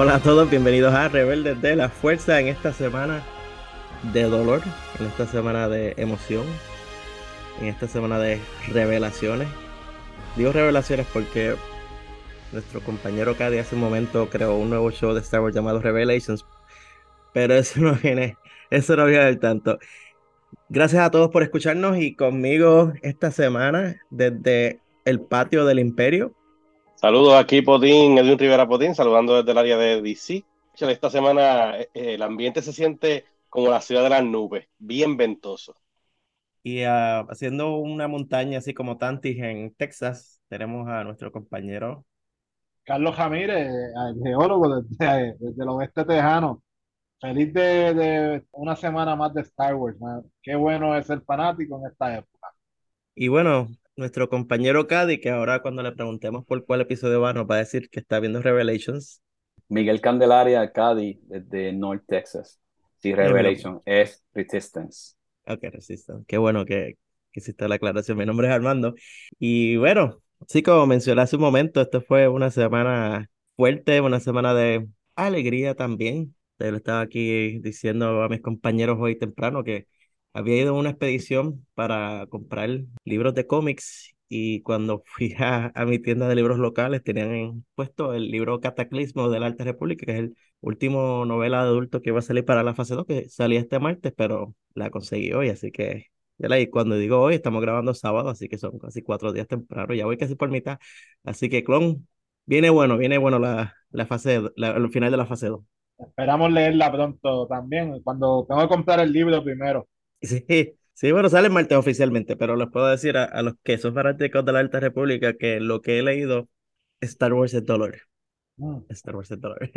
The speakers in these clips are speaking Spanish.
Hola a todos, bienvenidos a Rebeldes de la Fuerza en esta semana de dolor, en esta semana de emoción, en esta semana de revelaciones. Digo revelaciones porque nuestro compañero Cady hace un momento creó un nuevo show de Star Wars llamado Revelations, pero eso no viene del tanto. Gracias a todos por escucharnos y conmigo esta semana desde el patio del Imperio. Saludos aquí, Potín, Edwin Rivera Potín, saludando desde el área de DC. Chale, esta semana el ambiente se siente como la ciudad de las nubes, bien ventoso. Y haciendo una montaña así como Tantis en Texas, tenemos a nuestro compañero. Carlos Ramírez, geólogo desde el oeste tejano. Feliz de una semana más de Star Wars, man. Qué bueno es ser fanático en esta época. Y bueno, nuestro compañero Cady, que ahora cuando le preguntemos por cuál episodio va, nos va a decir que está viendo Revelations. Miguel Candelaria, Cady, desde North Texas. Sí, Bien. Revelation es Resistance. Ok, Resistance. Qué bueno que hiciste la aclaración. Mi nombre es Armando. Y bueno, sí, como mencioné hace un momento, esto fue una semana fuerte, una semana de alegría también. Te lo estaba aquí diciendo a mis compañeros hoy temprano que había ido a una expedición para comprar libros de cómics y cuando fui a mi tienda de libros locales tenían puesto el libro Cataclismo de la Alta República, que es el último novela de adulto que va a salir para la fase 2 que salía este martes, pero la conseguí hoy, así que y cuando digo hoy, estamos grabando sábado, así que son casi 4 días temprano, ya voy casi por mitad. Así que, clon, viene bueno la fase, el final de la fase 2. Esperamos leerla pronto también, cuando tengo que comprar el libro primero. Sí, sí, bueno, sale el martes oficialmente, pero les puedo decir a los que son fanáticos de la Alta República que lo que he leído, Star Wars es dolor. Mm. Star Wars es dolor.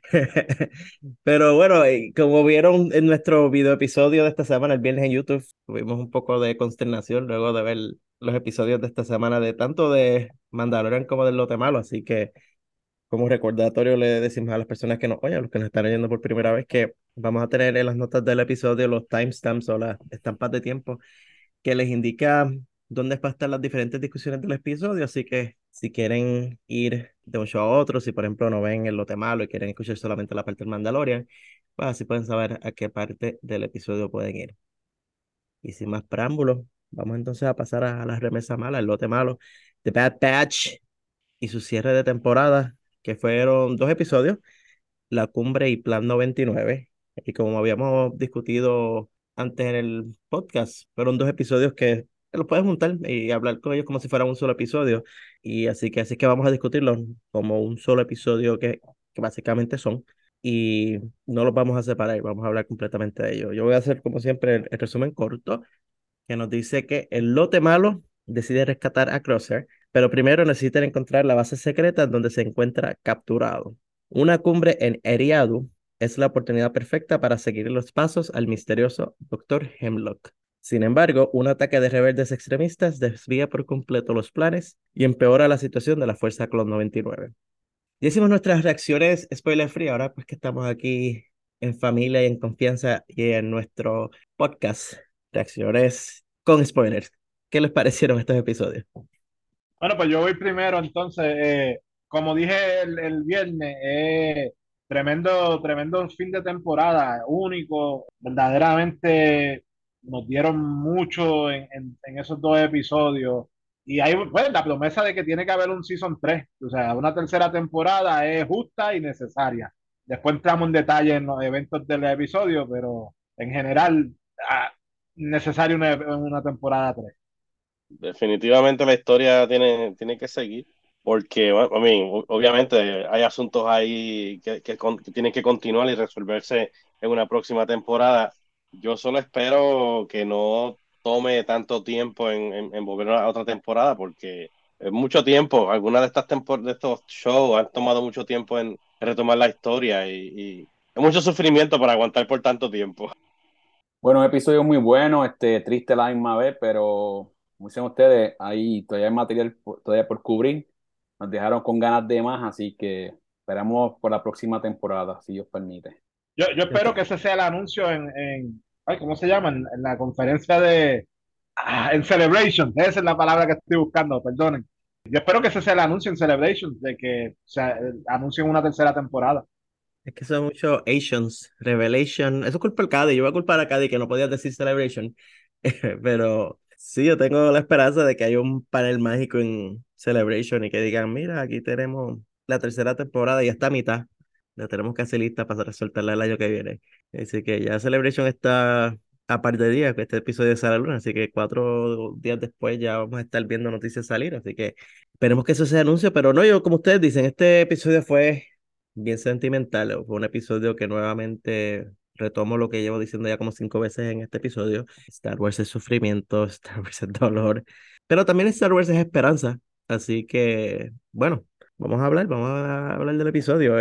Pero bueno, como vieron en nuestro video episodio de esta semana, el viernes en YouTube, tuvimos un poco de consternación luego de ver los episodios de esta semana de tanto de Mandalorian como del Lote Malo, así que como recordatorio le decimos a las personas que nos oyen, a los que nos están oyendo por primera vez, que vamos a tener en las notas del episodio los timestamps o las estampas de tiempo que les indica dónde va a estar las diferentes discusiones del episodio, así que si quieren ir de un show a otro, si por ejemplo no ven el lote malo y quieren escuchar solamente la parte del Mandalorian, pues así pueden saber a qué parte del episodio pueden ir. Y sin más preámbulos, vamos entonces a pasar a la remesa mala, el lote malo, The Bad Batch y su cierre de temporada, que fueron 2 episodios, La Cumbre y Plan 99. Y como habíamos discutido antes en el podcast, fueron 2 episodios que los puedes juntar y hablar con ellos como si fuera un solo episodio. Y así que vamos a discutirlos como un solo episodio que básicamente son. Y no los vamos a separar, vamos a hablar completamente de ellos. Yo voy a hacer, como siempre, el resumen corto que nos dice que el lote malo decide rescatar a Crosshair, pero primero necesitan encontrar la base secreta donde se encuentra capturado. Una cumbre en Eriadu es la oportunidad perfecta para seguir los pasos al misterioso Doctor Hemlock. Sin embargo, un ataque de rebeldes extremistas desvía por completo los planes y empeora la situación de la Fuerza Clon 99. Ya hicimos nuestras reacciones spoiler free, ahora pues que estamos aquí en familia y en confianza y en nuestro podcast, reacciones con spoilers. ¿Qué les parecieron estos episodios? Bueno, pues yo voy primero, entonces, como dije el viernes, tremendo fin de temporada, único, verdaderamente nos dieron mucho en esos 2 episodios. Y hay, pues, la promesa de que tiene que haber un season 3, o sea, una tercera temporada es justa y necesaria. Después entramos en detalle en los eventos del episodio, pero en general, ah, necesario una temporada 3. Definitivamente la historia tiene que seguir, porque, bueno, obviamente hay asuntos ahí que tienen que continuar y resolverse en una próxima temporada. Yo solo espero que no tome tanto tiempo en volver a otra temporada, porque es mucho tiempo. Algunas de de estos shows han tomado mucho tiempo en retomar la historia y es mucho sufrimiento para aguantar por tanto tiempo. Bueno, un episodio muy bueno, triste a la misma vez, pero como dicen ustedes, ahí todavía hay material todavía por cubrir. Nos dejaron con ganas de más, así que esperamos por la próxima temporada, si Dios permite. Yo espero Defi- que ese sea el anuncio ay, ¿cómo se llama? En la conferencia en Celebration, esa es la palabra que estoy buscando, perdonen. Yo espero que ese sea el anuncio en Celebration, de que se anuncien una tercera temporada. Es que son muchos Asians, Revelation. Eso es culpa del Cady. Yo voy a culpar a Cady que no podía decir Celebration. Pero sí, yo tengo la esperanza de que haya un panel mágico en Celebration y que digan, mira, aquí tenemos la tercera temporada y está a mitad. La tenemos casi lista para soltarla el año que viene. Así que ya Celebration está a par de días, que este episodio sale el lunes, así que 4 días después ya vamos a estar viendo noticias salir. Así que esperemos que eso se anuncie, pero no, yo como ustedes dicen, este episodio fue bien sentimental. Fue un episodio que nuevamente retomo lo que llevo diciendo ya como 5 veces en este episodio. Star Wars es sufrimiento, Star Wars es dolor, pero también Star Wars es esperanza. Así que, bueno, vamos a hablar del episodio.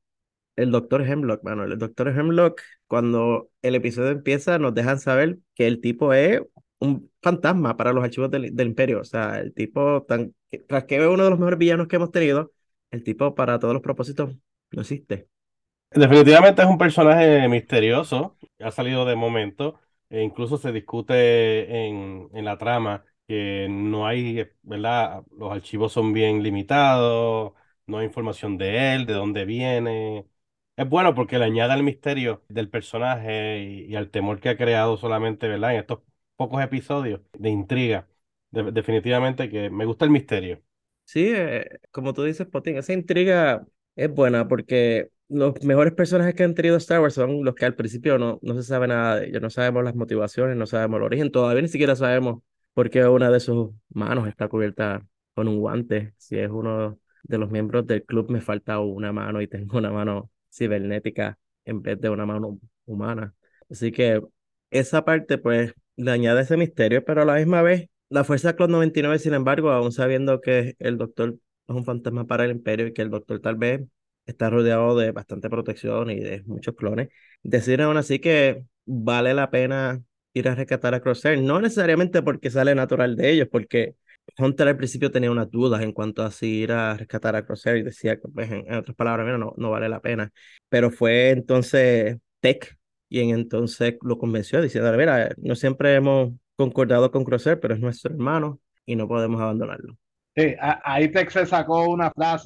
El Doctor Hemlock, mano, el Doctor Hemlock, cuando el episodio empieza, nos dejan saber que el tipo es un fantasma para los archivos del Imperio. O sea, el tipo, tras que es uno de los mejores villanos que hemos tenido, el tipo para todos los propósitos no existe. Definitivamente es un personaje misterioso, ha salido de momento, e incluso se discute en la trama que no hay, ¿verdad? Los archivos son bien limitados, no hay información de él, de dónde viene. Es bueno porque le añade al misterio del personaje y al temor que ha creado solamente, ¿verdad? En estos pocos episodios de intriga. Definitivamente que me gusta el misterio. Sí, como tú dices, Potín, esa intriga es buena porque los mejores personajes que han tenido Star Wars son los que al principio no se sabe nada de ellos, no sabemos las motivaciones, no sabemos el origen, todavía ni siquiera sabemos por qué una de sus manos está cubierta con un guante. Si es uno de los miembros del club, me falta una mano y tengo una mano cibernética en vez de una mano humana. Así que esa parte, pues, le añade ese misterio, pero a la misma vez la Fuerza Clon 99, sin embargo, aún sabiendo que el Doctor es un fantasma para el Imperio y que el Doctor tal vez está rodeado de bastante protección y de muchos clones, deciden aún así que vale la pena ir a rescatar a Crosshair, no necesariamente porque sale natural de ellos, porque Hunter al principio tenía unas dudas en cuanto a si ir a rescatar a Crosshair y decía que, pues, en otras palabras, mira, no vale la pena. Pero fue entonces Tech y en entonces lo convenció diciendo, mira, no siempre hemos concordado con Crosshair, pero es nuestro hermano y no podemos abandonarlo. Sí, ahí Tex se sacó una frase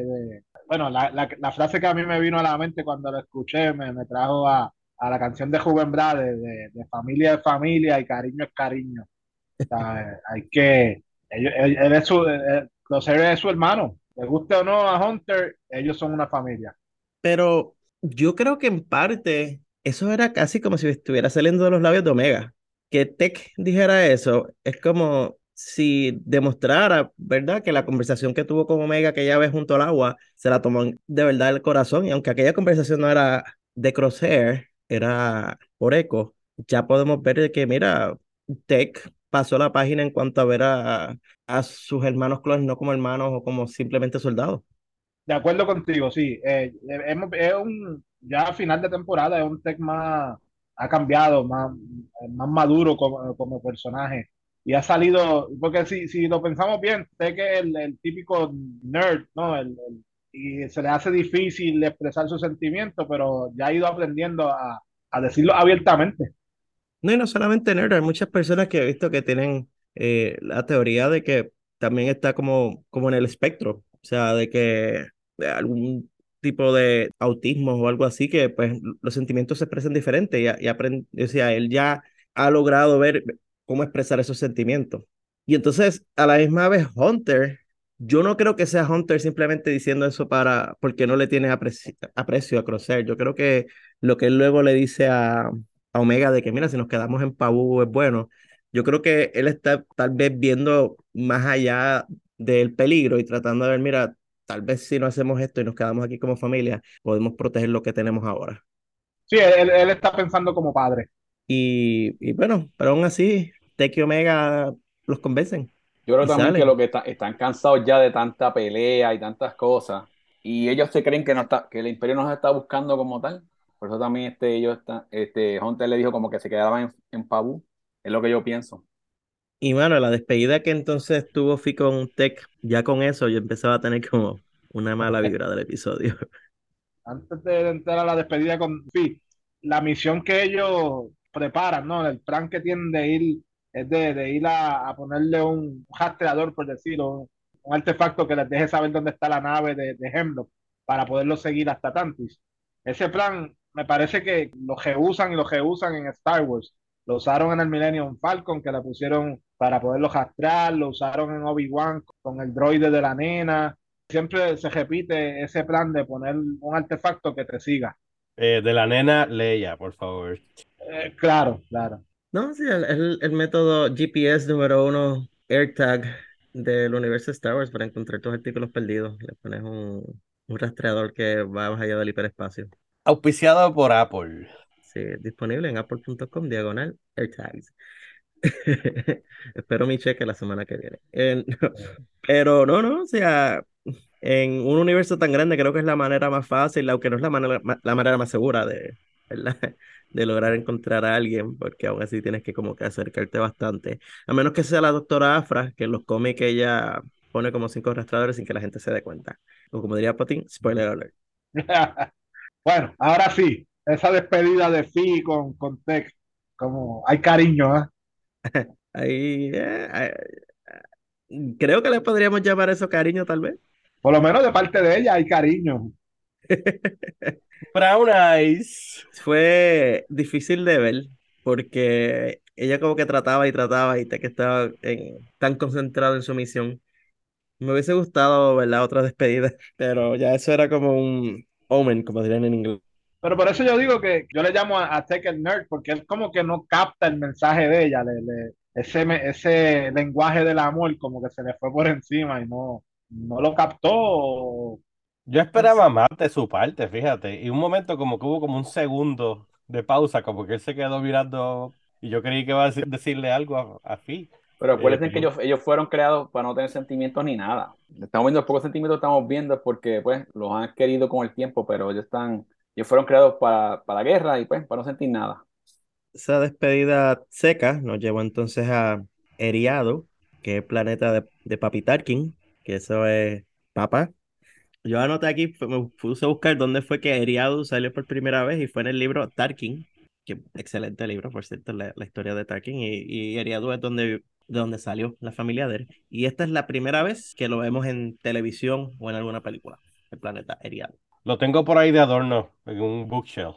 bueno, la frase que a mí me vino a la mente cuando la escuché me trajo a la canción de Rubén Blades de familia es familia y cariño es cariño. O sea, hay que, él es Crosshair es su hermano, le guste o no a Hunter, ellos son una familia. Pero yo creo que en parte eso era casi como si estuviera saliendo de los labios de Omega. Que Tech dijera eso es como si demostrara, ¿verdad? Que la conversación que tuvo con Omega aquella vez junto al agua se la tomó de verdad el corazón. Y aunque aquella conversación no era de Crosshair, era por eco, ya podemos ver de que, mira, Tech pasó la página en cuanto a ver a sus hermanos clones no como hermanos o como simplemente soldados. De acuerdo contigo, sí. Ya a final de temporada es un Tech más, ha cambiado, más maduro como personaje. Y ha salido, porque si lo pensamos bien, Tech es el típico nerd, ¿no? Y se le hace difícil expresar sus sentimientos, pero ya ha ido aprendiendo a decirlo abiertamente. No, y no solamente nerd, hay muchas personas que he visto que tienen la teoría de que también está como en el espectro, o sea, de que de algún tipo de autismo o algo así, que pues los sentimientos se expresan diferente o sea, él ya ha logrado ver cómo expresar esos sentimientos. Y entonces, a la misma vez, Hunter, yo no creo que sea Hunter simplemente diciendo eso porque no le tiene aprecio a Crosshair. Yo creo que lo que él luego le dice a Omega de que, mira, si nos quedamos en Pabu es bueno. Yo creo que él está tal vez viendo más allá del peligro y tratando de ver, mira, tal vez si no hacemos esto y nos quedamos aquí como familia, podemos proteger lo que tenemos ahora. Sí, él está pensando como padre. Y bueno, pero aún así, Tech y Omega los convencen Yo creo y también que lo salen. que están cansados ya de tanta pelea y tantas cosas. Y ellos se creen que no está, que el Imperio nos está buscando como tal. Por eso también Hunter le dijo como que se quedaba en Pabu. Es lo que yo pienso. Y bueno, la despedida que entonces tuvo Fi con Tech, ya con eso yo empezaba a tener como una mala vibra del episodio. Antes de entrar a la despedida con sí, la misión que ellos preparan, ¿no? El plan que tienen de ir es de ir a ponerle un rastreador, por decirlo, un artefacto que les deje saber dónde está la nave de Hemlock para poderlo seguir hasta Tantis. Ese plan me parece que lo que usan y lo que usan en Star Wars, lo usaron en el Millennium Falcon, que la pusieron para poderlo rastrear, lo usaron en Obi-Wan con el droide de la nena. Siempre se repite ese plan de poner un artefacto que te siga. De la nena Leia, por favor. Claro, claro. No, sí, el método GPS número uno, AirTag del universo Star Wars para encontrar tus artículos perdidos. Le pones un rastreador que va más allá del hiperespacio. Auspiciado por Apple. Sí, disponible en apple.com diagonal AirTags. Espero mi cheque la semana que viene. Pero no, o sea, en un universo tan grande creo que es la manera más fácil, aunque no es la manera más segura ¿verdad? De lograr encontrar a alguien, porque aún así tienes que como que acercarte bastante. A menos que sea la doctora Afra, que en los cómics ella pone como 5 rastreadores sin que la gente se dé cuenta. O como diría Potín, spoiler alert. Bueno, ahora sí, esa despedida de Fi con Tech, como hay cariño, ¿eh? Ahí, creo que le podríamos llamar eso cariño, tal vez. Por lo menos de parte de ella hay cariño. Brown Eyes. Fue difícil de ver porque ella como que trataba y trataba y que estaba tan concentrado en su misión. Me hubiese gustado ver la otra despedida, pero ya eso era como un omen, como dirían en inglés. Pero por eso yo digo que yo le llamo a Tech el nerd, porque él como que no capta el mensaje de ella, ese lenguaje del amor como que se le fue por encima y no lo captó. Yo No sé. esperaba más de su parte, fíjate. Y un momento como que hubo como un segundo de pausa, como que él se quedó mirando y yo creí que iba a decirle algo a Fi. Pero acuérdense que Pero ellos fueron creados para no tener sentimientos ni nada. Estamos viendo los pocos sentimientos que estamos viendo es porque pues los han adquirido con el tiempo, pero ellos fueron creados para la guerra y pues para no sentir nada. Esa despedida seca nos llevó entonces a Eriado, que es el planeta de Papi Tarkin, que eso es Papa. Yo anoté aquí, me puse a buscar dónde fue que Eriadu salió por primera vez y fue en el libro Tarkin, que excelente libro, por cierto, la historia de Tarkin, y Eriadu es de donde salió la familia de él. Y esta es la primera vez que lo vemos en televisión o en alguna película, el planeta Eriadu. lo tengo por ahí de adorno en un bookshelf.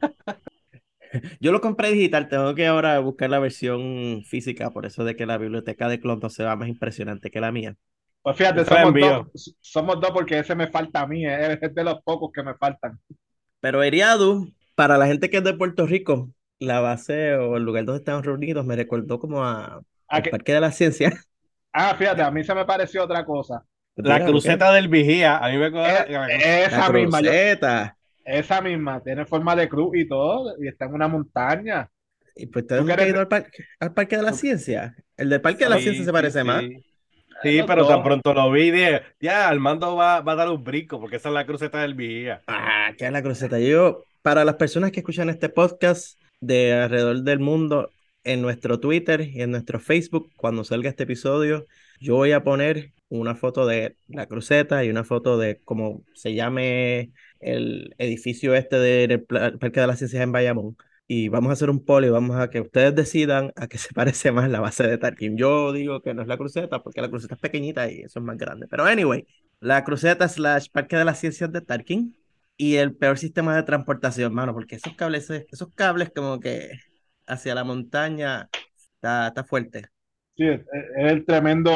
Yo lo compré digital, tengo que ahora buscar la versión física, por eso de que la biblioteca de Clon no se va más impresionante que la mía. Pues Yo fíjate, se la envío. somos dos porque ese me falta a mí, es de los pocos que me faltan. Pero Eriadu, para la gente que es de Puerto Rico, la base o el lugar donde estamos reunidos me recordó como Ah, al Parque de la Ciencia. fíjate, a mí se me pareció otra cosa. La Tira, ¿por qué? cruceta del vigía, a mí me acuerda la cruceta. La Esa misma, cruceta. esa misma, tiene forma de cruz y todo, y está en una montaña. Y pues ustedes Tú que nunca han eres ido al Parque de la tú- Ciencia. El del Parque de la Ciencia Sí, se sí, parece más. sí. Sí, los pero tan dos. pronto lo vi, dije, ya, Armando va a dar un brinco, porque esa es la cruceta del vigía. Ah, ¿qué es la cruceta? Yo, para las personas que escuchan este podcast de alrededor del mundo, en nuestro Twitter y en nuestro Facebook, cuando salga este episodio, yo voy a poner una foto de la cruceta y una foto de cómo se llame el edificio este del Parque de las Ciencias en Bayamón. Y vamos a hacer un poll y vamos a que ustedes decidan a qué se parece más la base de Tarkin. Yo digo que no es la cruceta porque la cruceta es pequeñita y eso es más grande. Pero anyway, la cruceta slash Parque de las Ciencias de Tarkin y el peor sistema de transportación, mano, porque esos cables como que hacia la montaña está fuerte. Sí, es el tremendo,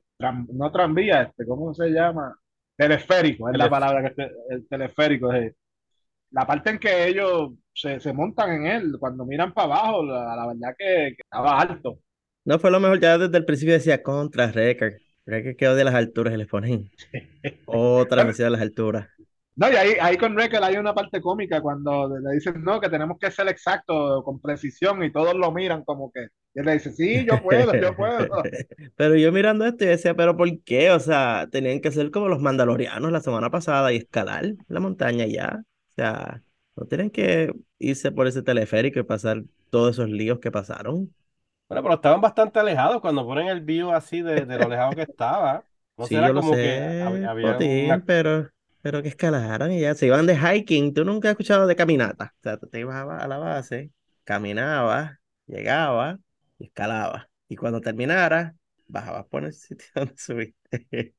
no tranvía, ¿cómo se llama? Teleférico, es la El- palabra el teleférico. La parte en que ellos se montan en él, cuando miran para abajo, la verdad que estaba alto. No fue lo mejor, ya desde el principio decía contra Wrecker. Wrecker quedó de las alturas y les ponen otra Bueno, misión de las alturas. no, y ahí con Wrecker hay una parte cómica cuando le dicen, no, que tenemos que ser exactos, con precisión, y todos lo miran como que, y él le dice, sí, yo puedo, yo puedo. Pero yo mirando esto y decía, pero ¿por qué? O sea, tenían que ser como los mandalorianos la semana pasada y escalar la montaña y ya. O sea, no tienen que irse por ese teleférico y pasar todos esos líos que pasaron. Bueno, pero estaban bastante alejados cuando ponen el bio así de lo alejado que estaba. No Sí, será yo lo como que sé, había Potín, una... pero que escalaran y ya se iban de hiking. Tú nunca has escuchado de caminata. O sea, tú te ibas a la base, caminabas, llegabas y escalabas. Y cuando terminaras, bajabas por el sitio donde subiste.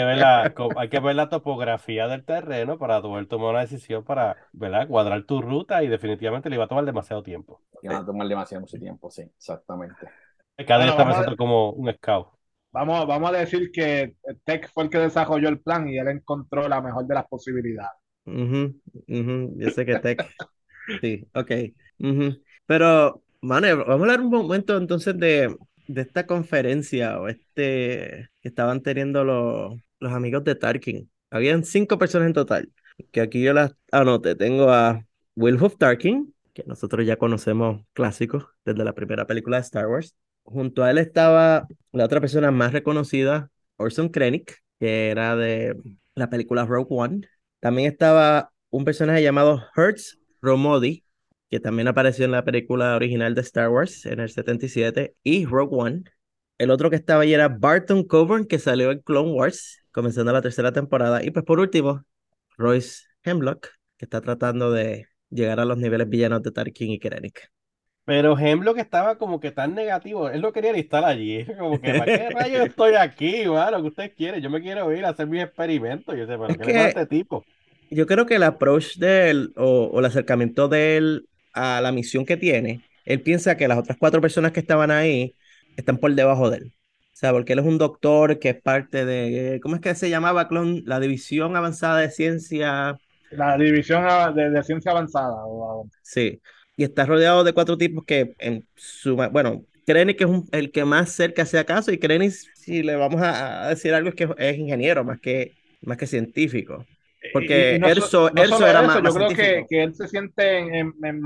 Hay que ver la topografía del terreno para poder tomar una decisión para, ¿verdad? Cuadrar tu ruta y definitivamente le iba a tomar demasiado tiempo. Que van a tomar demasiado mucho tiempo, sí, exactamente. Cada día Bueno, está pensando como un scout. vamos a decir que Tech fue el que desarrolló el plan y él encontró la mejor de las posibilidades. Ujú, ujú. Yo sé que Tech, sí, ok. Ujú. Pero, mano, vamos a hablar un momento entonces de esta conferencia o que estaban teniendo los amigos de Tarkin. Habían 5 personas en total, que aquí yo las anoté. Tengo a Wilhoff Tarkin, que nosotros ya conocemos clásicos desde la primera película de Star Wars. Junto a él estaba la otra persona más reconocida, Orson Krennic, que era de la película Rogue One. También estaba un personaje llamado Hertz Romodi, que también apareció en la película original de Star Wars en el 77, y Rogue One. El otro que estaba ahí era Barton Coburn, que salió en Clone Wars, comenzando la tercera temporada. Y pues por último, Royce Hemlock, que está tratando de llegar a los niveles villanos de Tarkin y Krennic. Pero Hemlock estaba como que tan negativo, él no quería ni estar allí, como que, ¿para qué rayos estoy aquí, mano? ¿Qué usted quiere? Yo me quiero ir a hacer mis experimentos. Yo sé, pero Es ¿qué le pasa a que este tipo? yo creo que el approach de él o el acercamiento de él a la misión que tiene, él piensa que las otras 4 personas que estaban ahí están por debajo de él. O sea, porque él es un doctor que es parte de, ¿cómo es que se llamaba, Clon? La División Avanzada de Ciencia. La división de ciencia avanzada. Sí. Y está rodeado de 4 tipos que bueno, Krennic es el que más cerca hace acaso y Krennic, si le vamos a decir algo, es que es ingeniero más que científico. Y Porque no, no Erso solo era eso, más yo creo científico. que él se siente en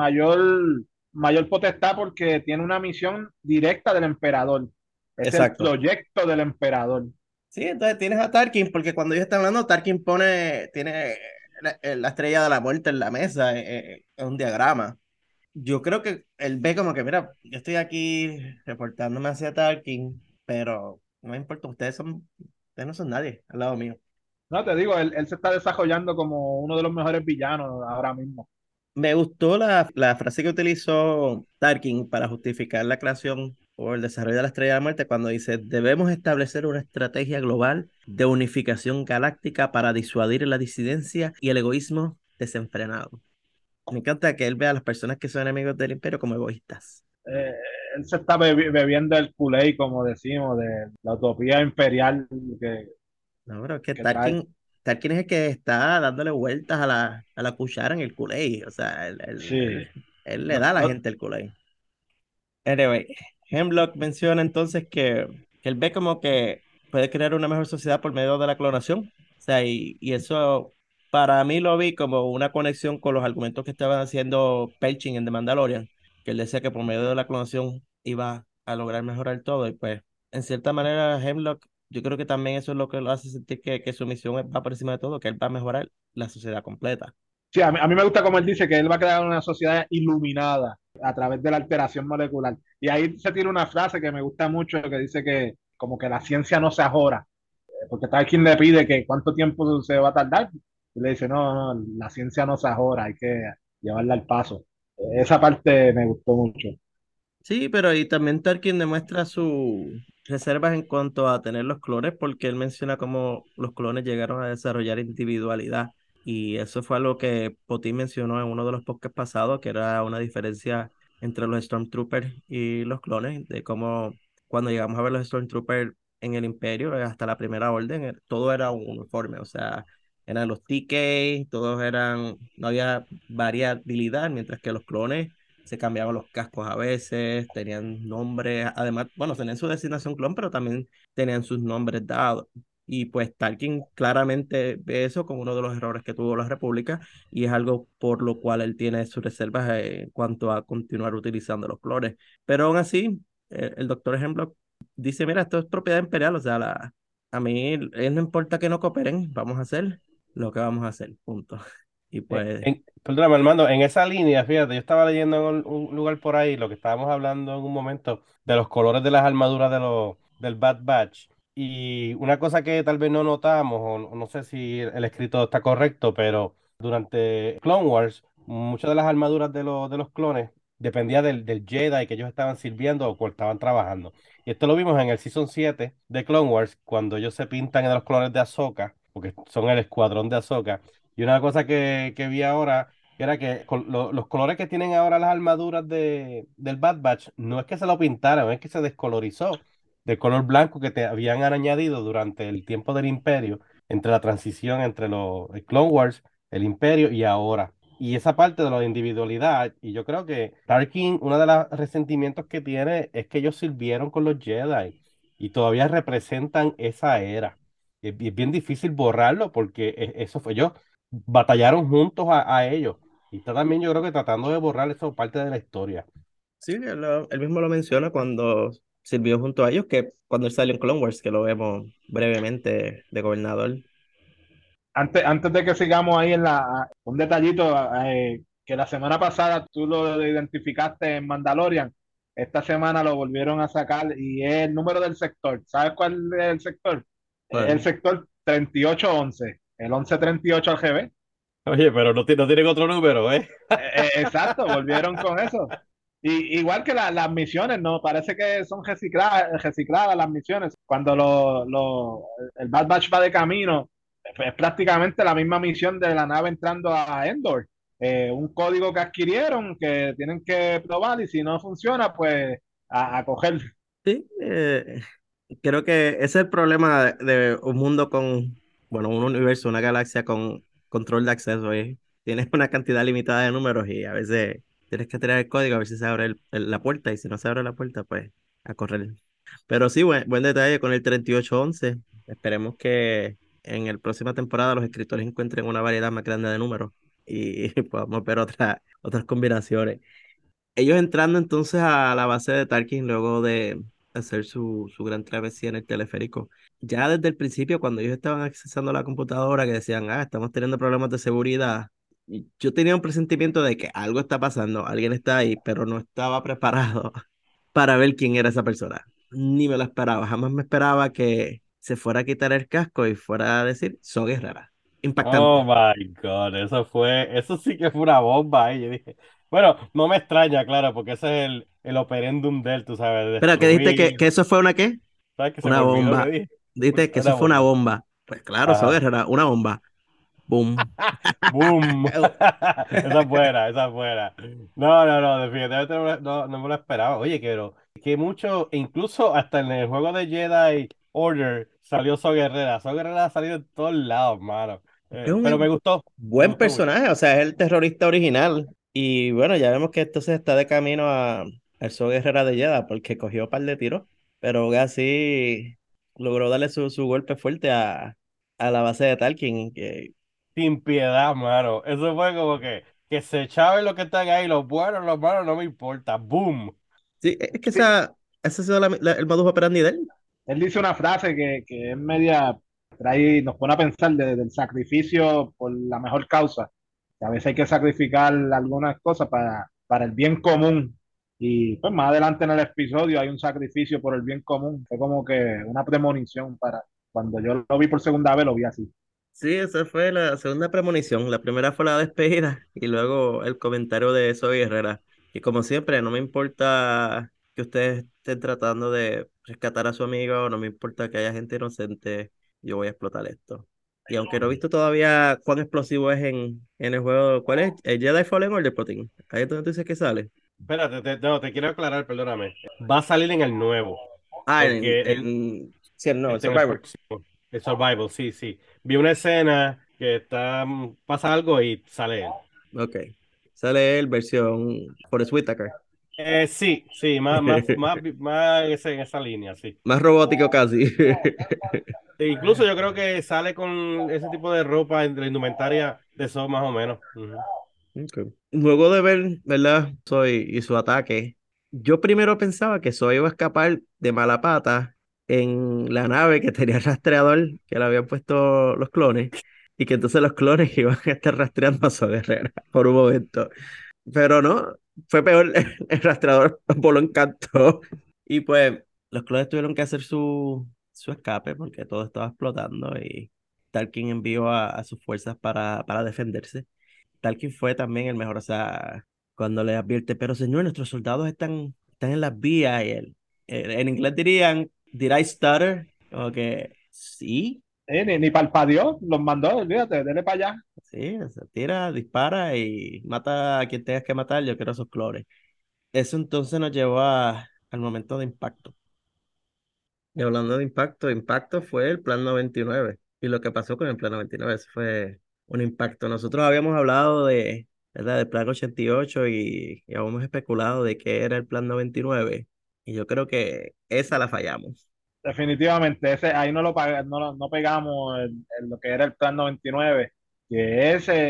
mayor potestad porque tiene una misión directa del emperador. Es el Exacto. proyecto del emperador. Sí, entonces tienes a Tarkin, porque cuando ellos están hablando, Tarkin tiene la estrella de la muerte en la mesa, en un diagrama. Yo creo que él ve como que, mira, yo estoy aquí reportándome hacia Tarkin, pero no me importa, ustedes no son nadie al lado mío. No, te digo, él se está desarrollando como uno de los mejores villanos ahora mismo. Me gustó la frase que utilizó Tarkin para justificar la creación o el desarrollo de la Estrella de la Muerte cuando dice, debemos establecer una estrategia global de unificación galáctica para disuadir la disidencia y el egoísmo desenfrenado. Me encanta que él vea a las personas que son enemigos del imperio como egoístas. Eh, Él se está bebiendo el Kool-Aid, como decimos, de la utopía imperial que, No, pero es que que trae. Tarkin es el que está dándole vueltas a la cuchara en el Kool-Aid. O sea, Sí. él le No, da a la no, gente el Kool-Aid. Anyway, Hemlock menciona entonces que él ve como que puede crear una mejor sociedad por medio de la clonación. O sea, y eso para mí lo vi como una conexión con los argumentos que estaban haciendo Pershing en The Mandalorian, que él decía que por medio de la clonación iba a lograr mejorar todo. Y pues, en cierta manera, Hemlock, yo creo que también eso es lo que lo hace sentir que su misión va por encima de todo, que él va a mejorar la sociedad completa. sí, a mí me gusta como él dice que él va a crear una sociedad iluminada a través de la alteración molecular. Y ahí se tiene una frase que me gusta mucho que dice que como que la ciencia no se ajora, porque tal quien le pide que cuánto tiempo se va a tardar. Y le dice, no, no, la ciencia no se ajora, hay que llevarla al paso. Esa parte me gustó mucho. Sí, pero y también Tarkin demuestra sus reservas en cuanto a tener los clones, porque él menciona cómo los clones llegaron a desarrollar individualidad. Y eso fue algo que Potín mencionó en uno de los podcasts pasados, que era una diferencia entre los Stormtroopers y los clones, de cómo cuando llegamos a ver los Stormtroopers en el Imperio, hasta la Primera Orden, todo era un uniforme, o sea, eran los TK, todos eran, no había variabilidad, mientras que los clones se cambiaban los cascos a veces, tenían nombres, además, bueno, tenían su designación clon, pero también tenían sus nombres dados. Y pues Tarkin claramente ve eso como uno de los errores que tuvo la República y es algo por lo cual él tiene sus reservas en cuanto a continuar utilizando los clones. Pero aún así, el doctor Hemlock dice, mira, esto es propiedad imperial, o sea, a mí, él no importa que no cooperen, vamos a hacer lo que vamos a hacer, punto. Y pues, Perdóname, Armando, en esa línea, fíjate, yo estaba leyendo en un lugar por ahí lo que estábamos hablando en un momento de los colores de las armaduras del Bad Batch. Y una cosa que tal vez no notamos, o no sé si el escrito está correcto, pero durante Clone Wars, muchas de las armaduras de los clones dependía del Jedi que ellos estaban sirviendo o cual estaban trabajando. Y esto lo vimos en el Season 7 de Clone Wars, cuando ellos se pintan en los clones de Ahsoka, porque son el escuadrón de Ahsoka. Y una cosa que vi ahora era que los colores que tienen ahora las armaduras del Bad Batch, no es que se lo pintaron, es que se descolorizó del color blanco que te habían añadido durante el tiempo del Imperio, entre la transición entre el Clone Wars, el Imperio y ahora. Y esa parte de la individualidad, y yo creo que Tarkin, uno de los resentimientos que tiene es que ellos sirvieron con los Jedi y todavía representan esa era. Y es bien difícil borrarlo porque eso fue ellos, batallaron juntos a ellos. Y está también yo creo que tratando de borrar eso parte de la historia. Sí, él mismo lo menciona cuando sirvió junto a ellos, que cuando él salió en Clone Wars, que lo vemos brevemente de gobernador. Antes de que sigamos ahí un detallito, que la semana pasada tú lo identificaste en Mandalorian, esta semana lo volvieron a sacar y es el número del sector. ¿Sabes cuál es el sector? Es el Bueno, sector 3811, el 1138 al GB. Oye, pero no tienen otro número, ¿eh? Exacto, volvieron con eso. Igual que las misiones, ¿no? Parece que son recicladas las misiones. Cuando el Bad Batch va de camino, es prácticamente la misma misión de la nave entrando a Endor. Un código que adquirieron que tienen que probar y si no funciona, pues a coger. sí, creo que ese es el problema de un mundo con, bueno, un universo, una galaxia con control de acceso. Tienes una cantidad limitada de números y a veces tienes que tirar el código a ver si se abre la puerta y si no se abre la puerta, pues a correr. Pero sí, buen detalle con el 3811. Esperemos que en la próxima temporada los escritores encuentren una variedad más grande de números y podamos ver otras combinaciones. Ellos entrando entonces a la base de Tarkin luego de hacer su gran travesía en el teleférico. Ya desde el principio, cuando ellos estaban accesando la computadora, que decían, estamos teniendo problemas de seguridad, y yo tenía un presentimiento de que algo está pasando, alguien está ahí, pero no estaba preparado para ver quién era esa persona. Ni me lo esperaba, jamás me esperaba que se fuera a quitar el casco y fuera a decir, soy guerrera. Oh Impactante. my God, eso sí que fue una bomba ahí. Yo dije, bueno, no me extraña, claro, porque ese es el operendum de él, tú sabes, de Pero que dijiste destruir. que eso fue una qué? ¿Sabes que se me Una olvidó que bomba. dije? Dijiste que eso Una fue una bomba. bomba. Pues claro, eso Ajá. era una bomba. Boom. ¡Boom! Esa es buena, esa es buena. No, definitivamente no me lo esperaba. Oye, que mucho, incluso hasta en el juego de Jedi Order salió So Guerrera. So Guerrera ha salido en todos lados, mano. Es Pero un me buen gustó mucho. personaje, o sea, es el terrorista original. Y bueno, ya vemos que entonces está de camino al Sol Guerrera de Jedha porque cogió un par de tiros, pero aún así logró darle su golpe fuerte a la base de Tarkin. Sin piedad, mano. Eso fue como que se echaban los que están ahí, los buenos, los malos, no me importa. ¡Boom! Sí, es que Sí, ese ha sido el modus operandi de él. él dice una frase que es media, nos pone a pensar del sacrificio por la mejor causa. Que a veces hay que sacrificar algunas cosas para el bien común. Y pues más adelante en el episodio hay un sacrificio por el bien común. Fue como que una premonición para cuando yo lo vi por segunda vez, lo vi así. Sí, esa fue la segunda premonición. La primera fue la despedida y luego el comentario de Soy Herrera. Y como siempre, no me importa que ustedes estén tratando de rescatar a su amigo, no me importa que haya gente inocente, yo voy a explotar esto. Y aunque no he visto todavía cuán explosivo es en el juego, ¿cuál es? ¿El Jedi Fallen Order, Protein? Ahí es donde tú dices que sale. Espérate, no, te quiero aclarar, perdóname. Va a salir en el nuevo, porque Sí, no, el en el Survivor. próximo, el Survival, sí, sí. Vi una escena que pasa algo y sale él. Ok. Sale el versión Forest Whitaker. Sí, sí, más en esa línea, sí. Más robótico casi. E incluso yo creo que sale con ese tipo de ropa, de indumentaria de eso más o menos. Ujú. Ok. Luego de ver, ¿verdad? Soy y su ataque, yo primero pensaba que Soy iba a escapar de mala pata en la nave que tenía el rastreador que le habían puesto los clones y que entonces los clones iban a estar rastreando a Soy Guerrera por un momento. Pero no, fue peor, el rastreador voló en canto y pues los clones tuvieron que hacer su escape porque todo estaba explotando y Tarkin envió a sus fuerzas para defenderse. Talking fue también el mejor, o sea, cuando le advierte, pero señor, nuestros soldados están en las vías y en inglés dirían, did I stutter? Como que sí, Ni parpadeó, los mandó, olvídate, dele para allá. sí, se tira, dispara y mata a quien tengas que matar, yo quiero esos clones. Eso entonces nos llevó al momento de impacto. Y hablando de impacto, impacto fue el Plan 99 y lo que pasó con el Plan 99, eso fue un impacto. Nosotros habíamos hablado de, ¿verdad? Del Plan 88 y habíamos especulado de qué era el Plan 99 y yo creo que esa la fallamos. Definitivamente, ahí no pegamos lo que era el Plan 99, que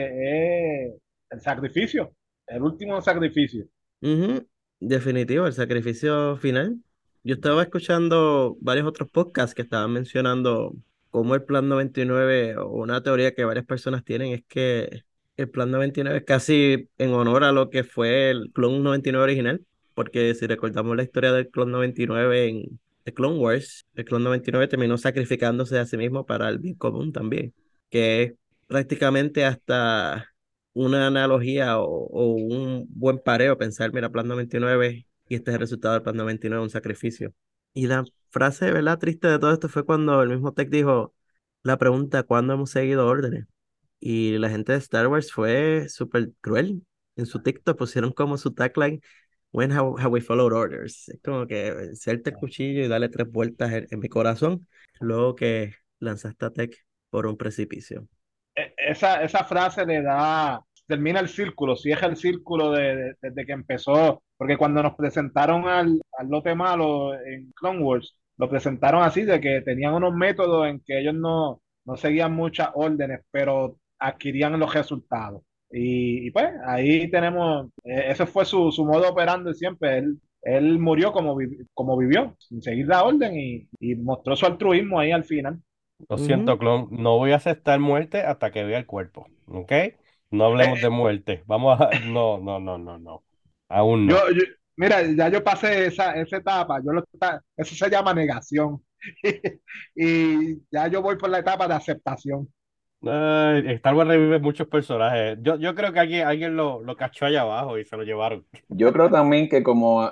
ese es el sacrificio, el último sacrificio. Ujú, definitivo, el sacrificio final. Yo estaba escuchando varios otros podcasts que estaban mencionando cómo el Plan 99 o una teoría que varias personas tienen es que el Plan 99 es casi en honor a lo que fue el Clone 99 original, porque si recordamos la historia del Clone 99 en The Clone Wars, el Clone 99 terminó sacrificándose a sí mismo para el bien común también, que es prácticamente hasta una analogía o un buen pareo, pensar, mira, Plan 99 y este es el resultado del Plan 99, un sacrificio. Y la frase, ¿verdad? Triste de todo esto fue cuando el mismo Tech dijo la pregunta, ¿cuándo hemos seguido órdenes? Y la gente de Star Wars fue súper cruel. En su TikTok pusieron como su tagline, When have we followed orders? Es como que suelta el cuchillo y dale 3 vueltas en mi corazón, luego que lanzaste a Tech por un precipicio. Esa frase termina el círculo, cierra el círculo desde que empezó, porque cuando nos presentaron al lote malo en Clone Wars, lo presentaron así, de que tenían unos métodos en que ellos no seguían muchas órdenes, pero adquirían los resultados. Y pues ahí tenemos, ese fue su modo operando siempre. Él murió como vivió, sin seguir la orden y mostró su altruismo ahí al final. Lo Ujú. siento, clon, no voy a aceptar muerte hasta que vea el cuerpo, ¿ok? No hablemos de muerte. Vamos a... No, no, no, no, no. Aún Yo, no. yo- mira, ya yo pasé esa etapa, eso se llama negación. Y ya yo voy por la etapa de aceptación. Ay, Star Wars revive muchos personajes. Yo creo que alguien lo cachó allá abajo y se lo llevaron. Yo creo también que como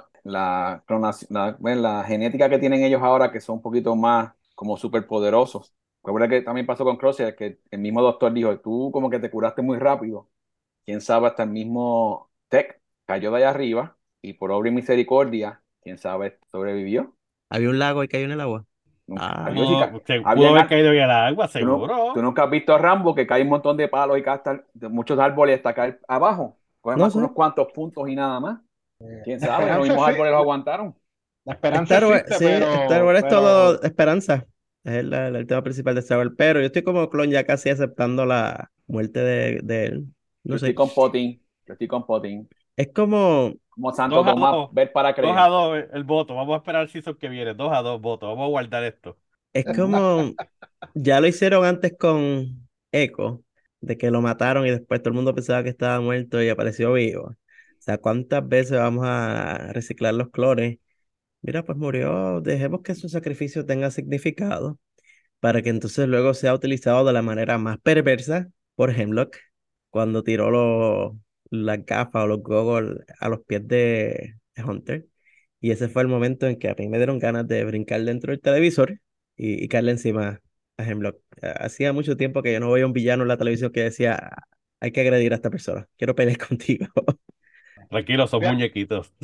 la genética que tienen ellos ahora, que son un poquito más como superpoderosos. Recuerda que también pasó con Crosshair, que el mismo doctor dijo, tú como que te curaste muy rápido. Quién sabe, hasta el mismo Tech cayó de allá arriba y por obra y misericordia, quién sabe, sobrevivió. Había un lago y cayó en el agua. Nunca, Ah, adiós, chica. No, se pudo Habían, haber caído en el agua, tú seguro. nunca has visto a Rambo que cae un montón de palos y cae de muchos árboles hasta caer abajo. Coge no más que sé. unos cuantos puntos y nada más. Quién La sabe, los esperanza, mismos árboles lo aguantaron. la esperanza existe, Sí, Star pero, Wars es pero todo esperanza. Es el tema principal de Star Wars. Pero yo estoy como clon ya casi aceptando la muerte de él. Yo No estoy sé. con Potín. Yo estoy con Potín. Es como, Como Santo Dos a Tomás, dos. ver para Dos a creer. dos el voto. Vamos a esperar el season que viene. 2-2 votos. Vamos a guardar esto. es como, ya lo hicieron antes con Echo, de que lo mataron y después todo el mundo pensaba que estaba muerto y apareció vivo. O sea, ¿cuántas veces vamos a reciclar los clones? Mira, pues murió, dejemos que su sacrificio tenga significado, para que entonces luego sea utilizado de la manera más perversa por Hemlock cuando tiró las gafas o los goggles a los pies de Hunter. Y ese fue el momento en que a mí me dieron ganas de brincar dentro del televisor y caerle encima a Hemlock. Hacía mucho tiempo que yo no veía un villano en la televisión que decía, hay que agredir a esta persona, quiero pelear contigo. Tranquilo, son fíjate, muñequitos.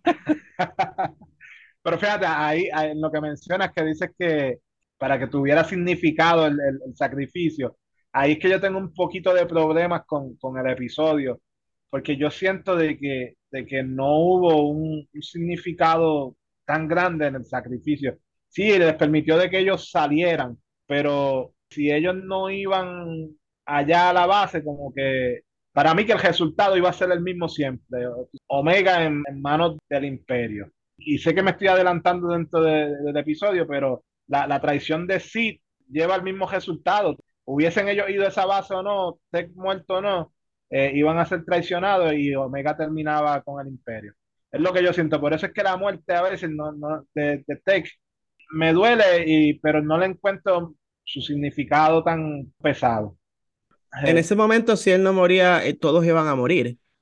pero fíjate, ahí en lo que mencionas que dices que para que tuviera significado el sacrificio, ahí es que yo tengo un poquito de problemas con el episodio, porque yo siento de que no hubo un significado tan grande en el sacrificio. Sí, les permitió de que ellos salieran, pero si ellos no iban allá a la base, como que para mí que el resultado iba a ser el mismo siempre, Omega en manos del Imperio. Y sé que me estoy adelantando dentro del episodio, pero la traición de Sid lleva el mismo resultado. Hubiesen ellos ido a esa base o no, Tech muerto o no, iban a ser traicionados y Omega terminaba con el Imperio. Es lo que yo siento. Por eso es que la muerte a veces de Tech me duele, pero no le encuentro su significado tan pesado. En Eh, ese momento, si él no moría, todos iban a morir.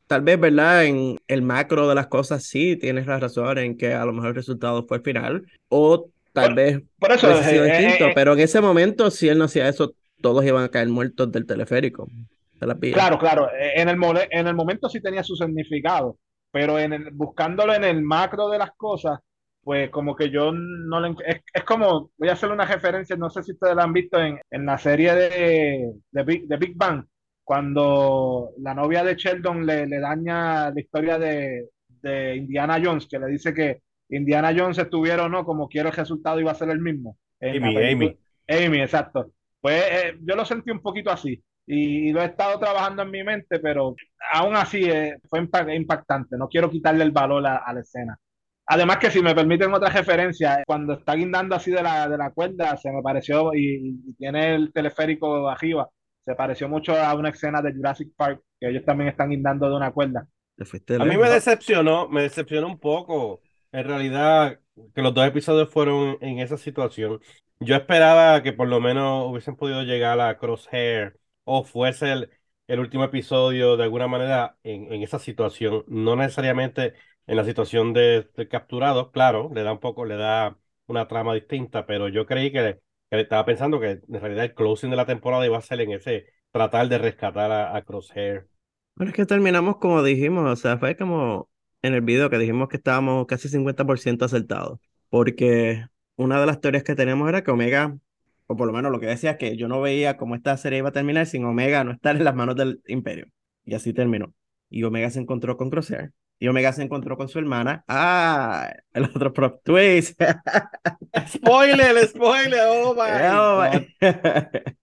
tal vez, ¿verdad? En el macro de las cosas sí tienes la razón en que a lo mejor el resultado fue el final, o tal Por, vez por eso, hubiese sido distinto, pero en ese momento, si él no hacía eso, todos iban a caer muertos del teleférico, de las vías. claro, claro, en el momento sí tenía su significado, pero buscándolo en el macro de las cosas, pues como que yo no le... Es como, voy a hacer una referencia, no sé si ustedes la han visto en la serie de Big Bang, cuando la novia de Sheldon le daña la historia de Indiana Jones, que le dice que Indiana Jones estuviera o no, como quiero el resultado iba a ser el mismo en la película. Amy. Amy, exacto. Pues yo lo sentí un poquito así y lo he estado trabajando en mi mente, pero aún así fue impactante. No quiero quitarle el valor a la escena. Además que si me permiten otra referencia, cuando está guindando así de la cuerda, se me pareció, y tiene el teleférico arriba, se pareció mucho a una escena de Jurassic Park, que ellos también están guindando de una cuerda. Te fuiste A mí lejos. me decepcionó un poco, en realidad, que los dos episodios fueron en esa situación. Yo esperaba que por lo menos hubiesen podido llegar a Crosshair o fuese el último episodio de alguna manera en esa situación, no necesariamente en la situación de capturados, claro, le da un poco, le da una trama distinta, pero yo creí que estaba pensando que en realidad el closing de la temporada iba a ser en ese tratar de rescatar a Crosshair. Bueno, es que terminamos como dijimos, o sea, fue como en el video que dijimos que estábamos casi 50% acertados, porque una de las teorías que teníamos era que Omega, o por lo menos lo que decía, que yo no veía cómo esta serie iba a terminar sin Omega no estar en las manos del Imperio, y así terminó. Y Omega se encontró con Crosshair, y Omega se encontró con su hermana. Ah, el otro plot twist. Spoiler, spoiler, oh my Oh God. my-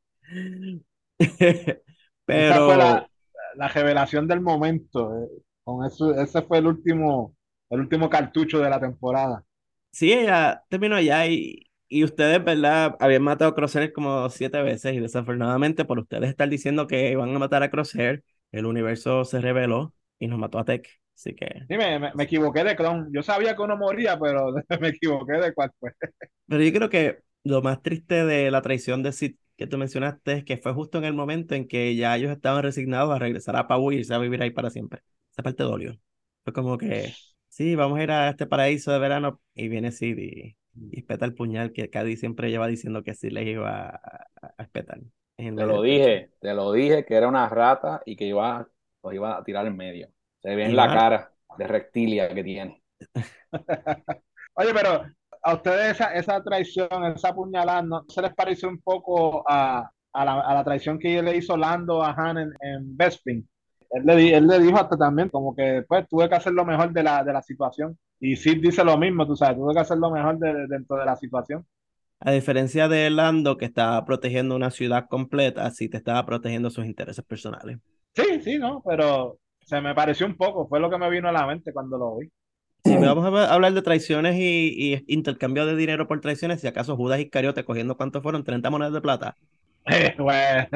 Esa fue Pero la revelación del momento. Con eso, ese fue el último cartucho de la temporada. sí, ella terminó allá y ustedes, ¿verdad? Habían matado a Crosshair como 7 veces y desafortunadamente por ustedes estar diciendo que iban a matar a Crosshair, el universo se reveló y nos mató a Tech. Así que... Sí, me equivoqué de clon. Yo sabía que uno moría, pero me equivoqué de cuál fue. Pero yo creo que lo más triste de la traición de Sid que tú mencionaste es que fue justo en el momento en que ya ellos estaban resignados a regresar a Pabu y irse a vivir ahí para siempre. Esa parte dolió. Fue como que, sí, vamos a ir a este paraíso de verano y viene Sid y espeta el puñal que Cady siempre lleva diciendo que sí les iba a espetar en el medio del pecho. Te lo dije que era una rata y que los iba a tirar en medio. Se ve en Y la va, cara de reptilia que tiene. Oye, pero a ustedes esa traición, esa puñalada, ¿no se les parece un poco a la traición que le hizo Lando a Han en Bespin? Él le dijo hasta también como que pues tuve que hacer lo mejor de la situación. Y Sid dice lo mismo, tú sabes, tuve que hacer lo mejor dentro de la situación. a diferencia de Lando que estaba protegiendo una ciudad completa, sí te estaba protegiendo sus intereses personales. Sí, sí, ¿no? Pero se me pareció un poco, fue lo que me vino a la mente cuando lo vi. Si me vamos a hablar de traiciones y intercambio de dinero por traiciones, si acaso Judas Iscariote cogiendo cuánto fueron, 30 monedas de plata. Bueno,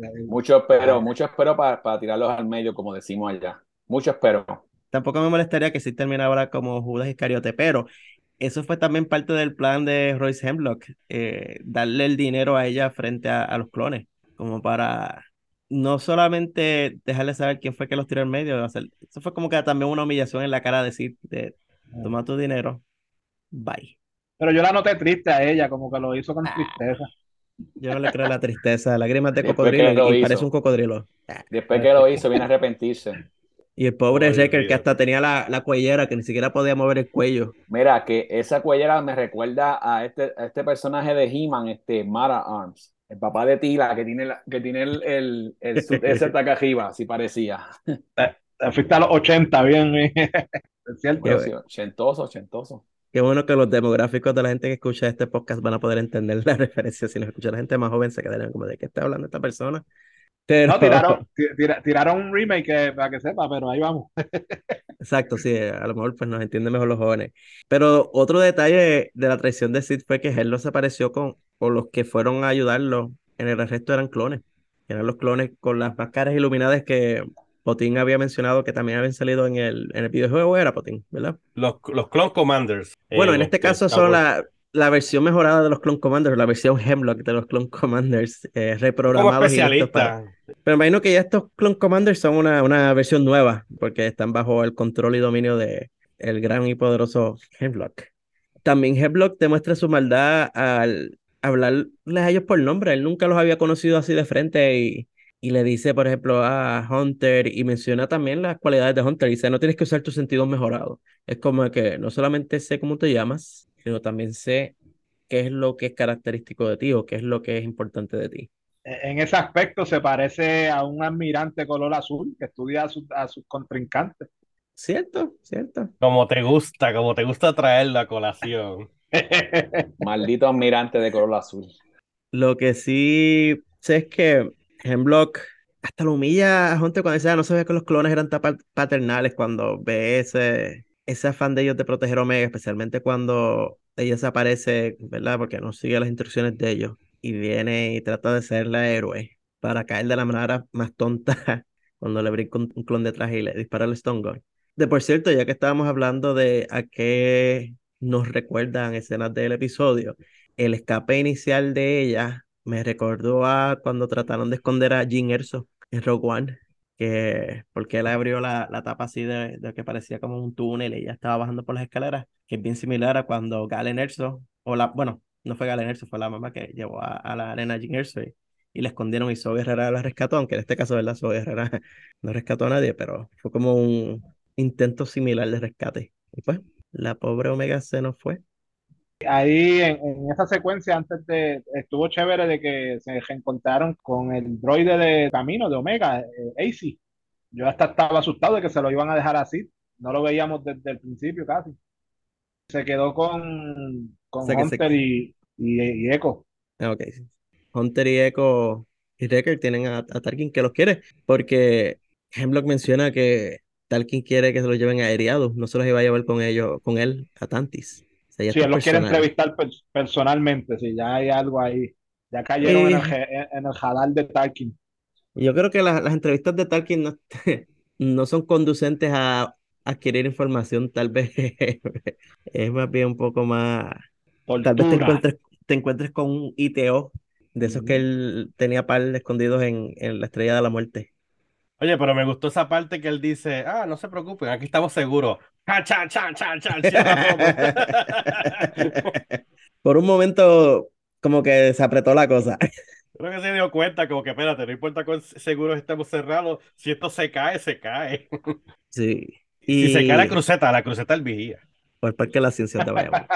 Mucho espero para tirarlos al medio, como decimos allá. Mucho espero. Tampoco me molestaría que sí terminara ahora como Judas Iscariote, pero eso fue también parte del plan de Royce Hemlock, darle el dinero a ella frente a los clones, como para no solamente dejarle saber quién fue que los tiró en medio, eso fue como que también una humillación en la cara decir, de, toma tu dinero, bye. pero yo la noté triste a ella, como que lo hizo con Ah, tristeza. yo no le creo la tristeza, lágrimas de Después cocodrilo que lo y parece un hizo. cocodrilo. Ah. Después que lo hizo, viene a arrepentirse. Y el pobre Wrecker que hasta Olvídate. tenía la cuellera que ni siquiera podía mover el cuello. Mira, que esa cuellera me recuerda a este personaje de He-Man, Mara Arms, el papá de Tila, que tiene el suit ese ataque arriba, así parecía. Te fuiste a los 80 bien, es Bueno, cierto. sí, ochentoso, ochentoso. Qué bueno que los demográficos de la gente que escucha este podcast van a poder entender la referencia. Si nos escucha la gente más joven, se quedarían como de qué está hablando esta persona. Pero, No, tiraron un remake para que sepa, pero ahí vamos. exacto, sí, a lo mejor pues nos entienden mejor los jóvenes. Pero otro detalle de la traición de Sid fue que él no se apareció con los que fueron a ayudarlo. En el resto eran clones. Eran los clones con las máscaras iluminadas que Potín había mencionado que también habían salido en el videojuego, era Potín, ¿verdad? Los Clone Commanders Bueno, en en este caso Star son Wars. la versión mejorada de los Clone Commanders, la versión Hemlock de los Clone Commanders, Como reprogramados y listos para... especialista. Pero imagino que ya estos Clone Commanders son una versión nueva, porque están bajo el control y dominio de el gran y poderoso Hemlock. También Hemlock demuestra su maldad al hablarles a ellos por nombre. Él nunca los había conocido así de frente y le dice, por ejemplo, a Hunter y menciona también las cualidades de Hunter. Dice, no tienes que usar tus sentidos mejorados. Es como que no solamente sé cómo te llamas, sino también sé qué es lo que es característico de ti o qué es lo que es importante de ti. En ese aspecto se parece a un almirante color azul que estudia a sus contrincantes. Cierto, cierto. Como te gusta traerlo a colación. Maldito almirante de color azul. Lo que sí sé es que Hemlock hasta lo humilla a Hunter cuando dice, "Ah, no sabía que los clones eran tan paternales", cuando ve ese afán de ellos de proteger a Omega, especialmente cuando ella se aparece, ¿verdad? Porque no sigue las instrucciones de ellos y viene y trata de ser la héroe para caer de la manera más tonta cuando le brinca un clon detrás y le dispara el Stone Gun. De por cierto, ya que estábamos hablando de a qué nos recuerdan escenas del episodio, el escape inicial de ella me recordó a cuando trataron de esconder a Jyn Erso en Rogue One, porque él abrió la tapa así de que parecía como un túnel y ella estaba bajando por las escaleras, que es bien similar a cuando Galen Erso, bueno, no fue Galen Erso, fue la mamá que llevó a la arena a Jyn Erso y la escondieron y Zoe Herrera la rescató, aunque en este caso, ¿verdad? Zoe Herrera no rescató a nadie, pero fue como un intento similar de rescate. Y pues, la pobre Omega se nos fue. Ahí en esa secuencia estuvo chévere de que se reencontraron con el droide de camino de Omega, AC. Yo hasta estaba asustado de que se lo iban a dejar así. No lo veíamos desde el principio casi. Se quedó O con sea que Hunter y Echo. ok, sí. Hunter y Echo y Wrecker tienen a Tarkin que los quiere, porque Hemlock menciona que Tarkin quiere que se los lleven a Eriadus, no se los iba a llevar con ellos, con él a Tantis. O sea, ya Sí, esto él es los quiere personal. entrevistar personalmente, sí, ya hay algo ahí. Ya cayeron Y, en el radar de Tarkin. y yo creo que las entrevistas de Tarkin no, no son conducentes a adquirir información, tal vez es más bien un poco más. Tal vez Tortura. te encuentres con un ITO de esos que Ujú. él tenía par escondidos en la Estrella de la Muerte. Oye, pero me gustó esa parte que él dice, no se preocupen, aquí estamos seguros. Chan, chan, chan, chan, chan, cierra todo. Por un momento, como que se apretó la cosa. Creo que se dio cuenta, como que espérate, no importa cuán seguros estemos cerrados, si esto se cae, se cae. Sí. Si se cae Y la cruceta el vigía. por el Parque de las Ciencias de Bayamón.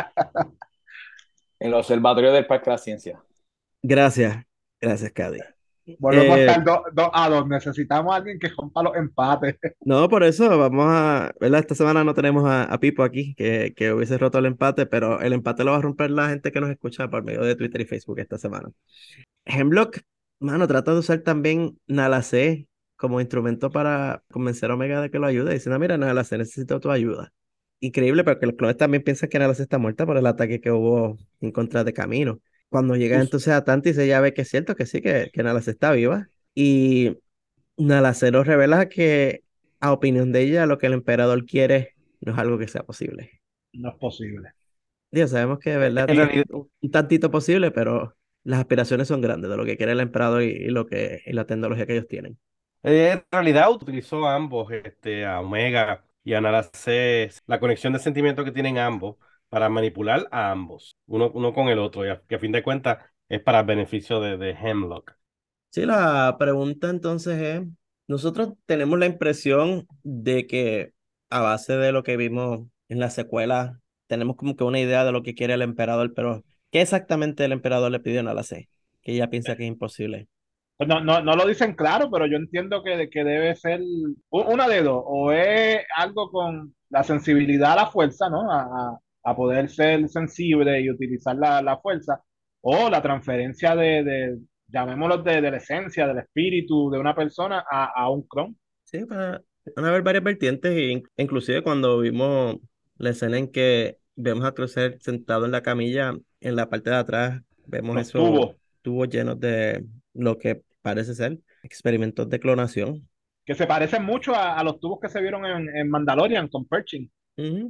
El Observatorio del Parque de la Ciencia. Gracias. Gracias, Cady. Volvemos a Eh, estar 2-2. Necesitamos a alguien que rompa los empates. no, por eso vamos a, ¿verdad? Esta semana no tenemos a Pipo aquí, que hubiese roto el empate, pero el empate lo va a romper la gente que nos escucha por medio de Twitter y Facebook esta semana. Hemlock, mano, trata de usar también Nala C como instrumento para convencer a Omega de que lo ayude. Diciendo, mira, Nala C, necesito tu ayuda. Increíble, porque los clones también piensan que Nala C está muerta por el ataque que hubo en contra de Camino. Cuando llega Us- entonces a Tantis, ella ve que es cierto que sí, que Nala C está viva. Y Nala C nos revela que, a opinión de ella, lo que el emperador quiere no es algo que sea posible. No es posible. Dios, sabemos que de verdad En es realidad, un tantito posible, pero las aspiraciones son grandes de lo que quiere el emperador y la tecnología que ellos tienen. en realidad utilizó ambos, a Omega y a Nala C, la conexión de sentimientos que tienen ambos para manipular a ambos, uno con el otro, que a fin de cuentas es para el beneficio de Hemlock. Sí, la pregunta entonces es, nosotros tenemos la impresión de que a base de lo que vimos en la secuela, tenemos como que una idea de lo que quiere el emperador, pero ¿qué exactamente el emperador le pidió a Nala C? Que ella piensa que es imposible. Pues no lo dicen claro, pero yo entiendo que debe ser una de dos. O es algo con la sensibilidad a la fuerza, ¿no? A poder ser sensible y utilizar la fuerza. O la transferencia llamémoslo, de la esencia, del espíritu de una persona a un clon. Sí, van a haber varias vertientes, inclusive cuando vimos la escena en que vemos a Crucer sentado en la camilla, en la parte de atrás, vemos Los esos tubos, tubos llenos de lo que parece ser experimentos de clonación. que se parecen mucho a los tubos que se vieron en Mandalorian con Pershing. Ujú.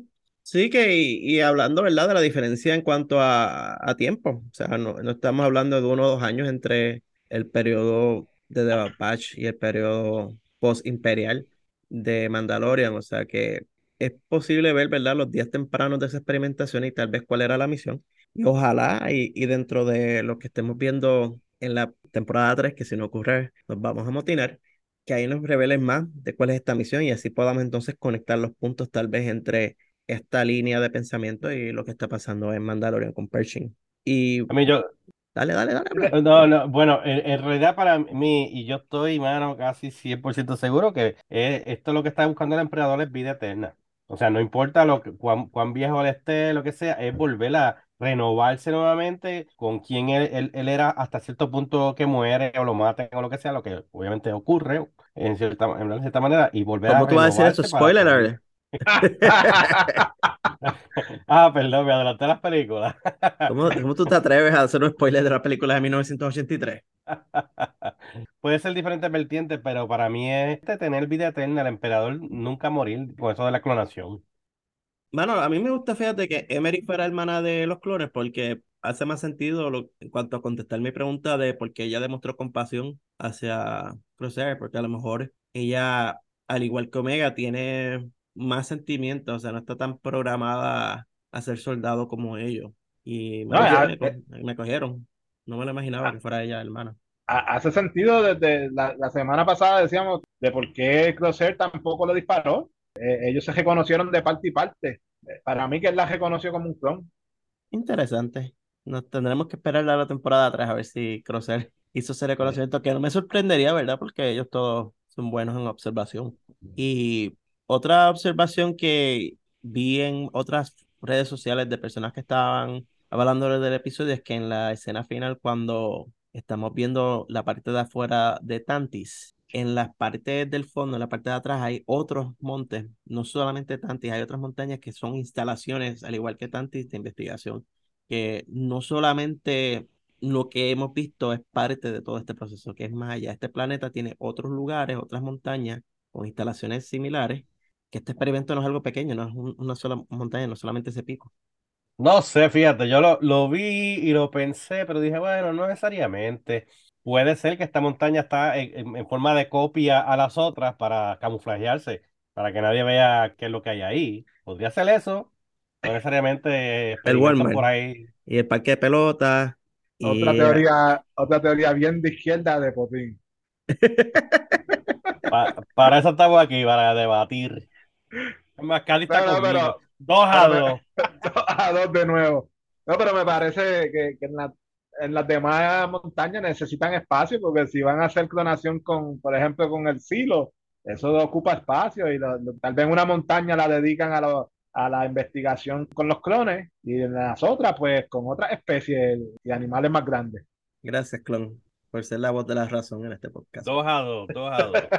Sí, y hablando, ¿verdad?, de la diferencia en cuanto a tiempo. O sea, no estamos hablando de 1 o 2 años entre el periodo de The Bad Batch y el periodo post-imperial de Mandalorian. O sea, que es posible ver, ¿verdad?, los días tempranos de esa experimentación y tal vez cuál era la misión. Y ojalá, y dentro de lo que estemos viendo en la temporada 3 que si no ocurre, nos vamos a motinar, que ahí nos revelen más de cuál es esta misión y así podamos entonces conectar los puntos tal vez entre esta línea de pensamiento y lo que está pasando en Mandalorian con Pershing. Y A mí yo, dale, habla. no, no, bueno, en realidad para mí, y yo estoy, mano, casi 100% seguro que esto es lo que está buscando el emperador es vida eterna. O sea, no importa cuán viejo él esté, lo que sea, es volver a renovarse nuevamente con quien él era hasta cierto punto que muere o lo maten o lo que sea, lo que obviamente ocurre en cierta manera, y volver a ¿Cómo tú vas a decir eso? renovarse para Spoiler servir. alert. Ah, perdón, me adelanté las películas. ¿Cómo tú te atreves a hacer un spoiler de la película de 1983? Puede ser diferentes vertientes, pero para mí es tener vida eterna, el emperador nunca morir con eso de la clonación. Bueno, a mí me gusta, fíjate, que Emery fuera hermana de los clones porque hace más sentido en cuanto a contestar mi pregunta de por qué ella demostró compasión hacia Crosshair, porque a lo mejor ella, al igual que Omega, tiene más sentimientos, o sea, no está tan programada a ser soldado como ellos. Y me No, gustó, me cogieron. No me lo imaginaba que fuera ella hermana. hace sentido desde la semana pasada decíamos de por qué Crosshair tampoco lo disparó. Ellos se reconocieron de parte y parte. Para mí que él la reconoció como un clon. Interesante. Nos tendremos que esperar a la temporada 3 a ver si Crosshair hizo ese Eh, reconocimiento, que no me sorprendería, ¿verdad? Porque ellos todos son buenos en observación. Y otra observación que vi en otras redes sociales de personas que estaban hablando del episodio es que en la escena final, cuando estamos viendo la parte de afuera de Tantis, en las partes del fondo, en la parte de atrás, hay otros montes, no solamente Tantis, hay otras montañas que son instalaciones, al igual que Tantis, de investigación, que no solamente lo que hemos visto es parte de todo este proceso, que es más allá. Este planeta tiene otros lugares, otras montañas con instalaciones similares, que este experimento no es algo pequeño, no es una sola montaña, no solamente ese pico. No sé, fíjate, yo lo vi y lo pensé, pero dije, bueno, no necesariamente. Puede ser que esta montaña está en forma de copia a las otras para camuflajearse, para que nadie vea qué es lo que hay ahí. Podría ser eso, no necesariamente El experimentan Walmart por ahí. y el parque de pelota y otra teoría bien de izquierda de Potín. Para eso estamos aquí, para debatir. Es más, Cali está No, no, conmigo. 2-2. a dos de nuevo. No, pero me parece que en las demás montañas necesitan espacio, porque si van a hacer clonación con, por ejemplo, con el silo, eso ocupa espacio y tal vez una montaña la dedican a la investigación con los clones y en las otras, pues con otras especies y animales más grandes. gracias, Clon, por ser la voz de la razón en este podcast. 2-2, 2-2.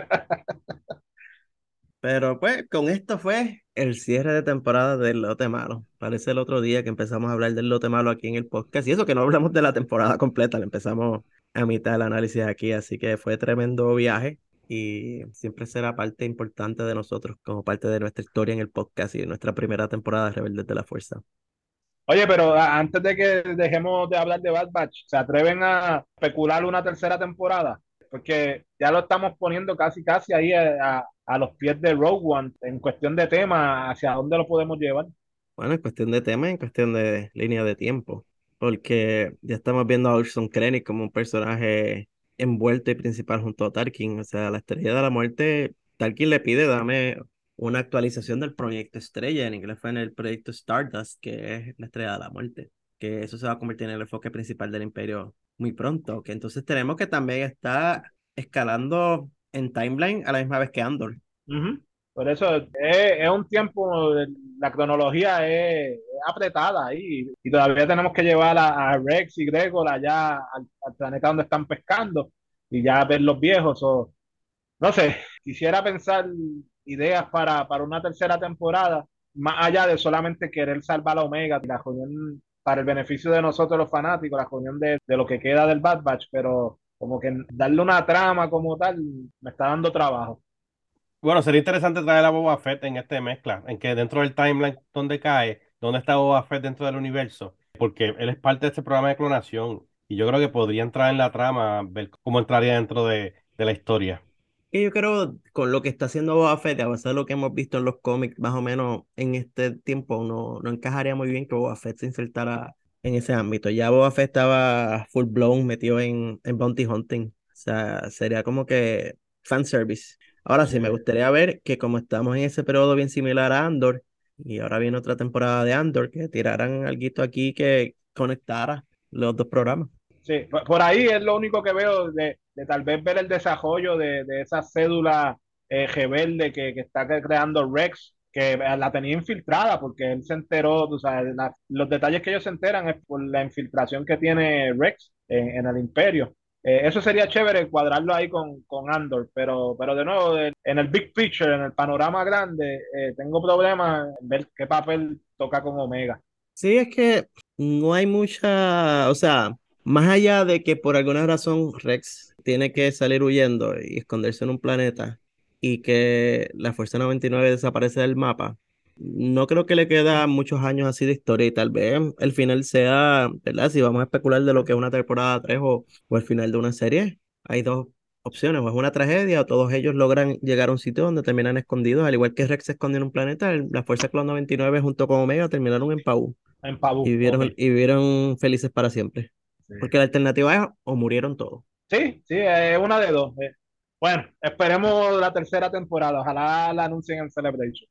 Pero pues con esto fue el cierre de temporada del Lote Malo. Parece el otro día que empezamos a hablar del Lote Malo aquí en el podcast. Y eso que no hablamos de la temporada completa, la empezamos a mitad del análisis aquí. Así que fue tremendo viaje y siempre será parte importante de nosotros como parte de nuestra historia en el podcast y de nuestra primera temporada de Rebeldes de la Fuerza. Oye, pero antes de que dejemos de hablar de Bad Batch, ¿se atreven a especular una tercera temporada? Porque ya lo estamos poniendo casi, casi ahí a los pies de Rogue One en cuestión de tema, hacia dónde lo podemos llevar. Bueno, en cuestión de tema, en cuestión de línea de tiempo, porque ya estamos viendo a Orson Krennic como un personaje envuelto y principal junto a Tarkin, o sea, la Estrella de la Muerte, Tarkin le pide, dame una actualización del proyecto Estrella, en inglés fue en el proyecto Stardust, que es la Estrella de la Muerte, que eso se va a convertir en el enfoque principal del Imperio muy pronto, que entonces tenemos que también está escalando en timeline a la misma vez que Andor. Ujú. Por eso es un tiempo, la cronología es apretada ahí y todavía tenemos que llevar a Rex y Gregor allá al planeta donde están pescando y ya ver los viejos. No sé, quisiera pensar ideas para una tercera temporada, más allá de solamente querer salvar a Omega, la reunión para el beneficio de nosotros los fanáticos, la reunión de lo que queda del Bad Batch, pero como que darle una trama como tal me está dando trabajo. Bueno, sería interesante traer a Boba Fett en esta mezcla, en que dentro del timeline donde cae, donde está Boba Fett dentro del universo, porque él es parte de este programa de clonación y yo creo que podría entrar en la trama, ver cómo entraría dentro de la historia. Y yo creo, con lo que está haciendo Boba Fett, a pesar de lo que hemos visto en los cómics, más o menos en este tiempo, no encajaría muy bien que Boba Fett se insertara en ese ámbito. Ya Boba Fett estaba full blown metido en Bounty Hunting. O sea, sería como que fanservice. Ahora sí, me gustaría ver que como estamos en ese periodo bien similar a Andor, y ahora viene otra temporada de Andor, que tiraran alguito aquí que conectara los dos programas. Sí, por ahí es lo único que veo de tal vez ver el desarrollo de esa cédula rebelde que está creando Rex, que la tenía infiltrada porque él se enteró, o sea, los detalles que ellos se enteran es por la infiltración que tiene Rex en el Imperio. Eso sería chévere cuadrarlo ahí con Andor, pero de nuevo, en el big picture, en el panorama grande, tengo problemas en ver qué papel toca con Omega. Sí, es que no hay mucha, o sea, más allá de que por alguna razón Rex tiene que salir huyendo y esconderse en un planeta y que la Fuerza 99 desaparece del mapa, no creo que le queda muchos años así de historia y tal vez el final sea, ¿verdad? Si vamos a especular de lo que es una temporada 3 o el final de una serie, hay dos opciones, o es una tragedia o todos ellos logran llegar a un sitio donde terminan escondidos, al igual que Rex se escondió en un planeta, la Fuerza Clon 99 junto con Omega terminaron en Pau En Pabu, ok. y vivieron felices para siempre. Porque la alternativa es o murieron todos. Sí, sí, es una de dos. Bueno, esperemos la tercera temporada. Ojalá la anuncien en Celebration.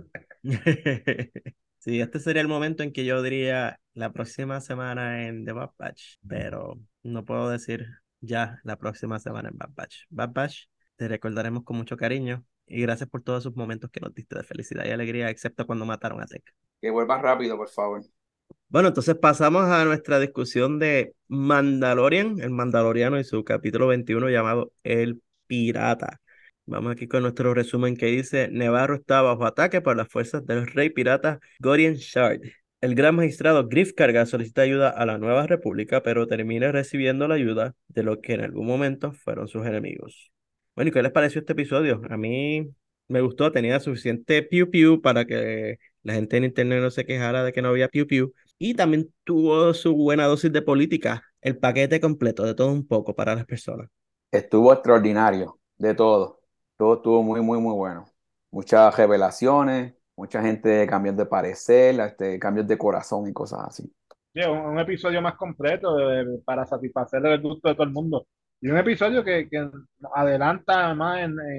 Sí, este sería el momento en que yo diría la próxima semana en The Bad Batch, pero no puedo decir ya la próxima semana en Bad Batch. Bad Batch, te recordaremos con mucho cariño y gracias por todos esos momentos que nos diste de felicidad y alegría, excepto cuando mataron a Zek. Que vuelvas rápido, por favor. Bueno, entonces pasamos a nuestra discusión de Mandalorian, el Mandaloriano y su capítulo 21 llamado El Pirata. Vamos aquí con nuestro resumen que dice, Nevarro está bajo ataque por las fuerzas del rey pirata Gorian Shard. El gran magistrado Griff Karga solicita ayuda a la Nueva República, pero termina recibiendo la ayuda de los que en algún momento fueron sus enemigos. Bueno, ¿y qué les pareció este episodio? A mí me gustó, tenía suficiente piu piu para que la gente en internet no se quejara de que no había piu piu. Y también tuvo su buena dosis de política, el paquete completo, de todo un poco para las personas. Estuvo extraordinario, de todo. Todo estuvo muy, muy, muy bueno. Muchas revelaciones, mucha gente cambiando de parecer, cambios de corazón y cosas así. Sí, un episodio más completo para satisfacer el gusto de todo el mundo. Y un episodio que adelanta más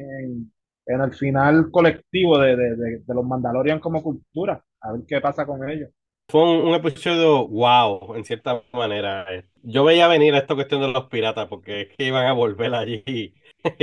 en el final colectivo de los Mandalorian como cultura. A ver qué pasa con ellos. Fue un episodio wow, en cierta manera. Yo veía venir esta cuestión de los piratas porque es que iban a volver allí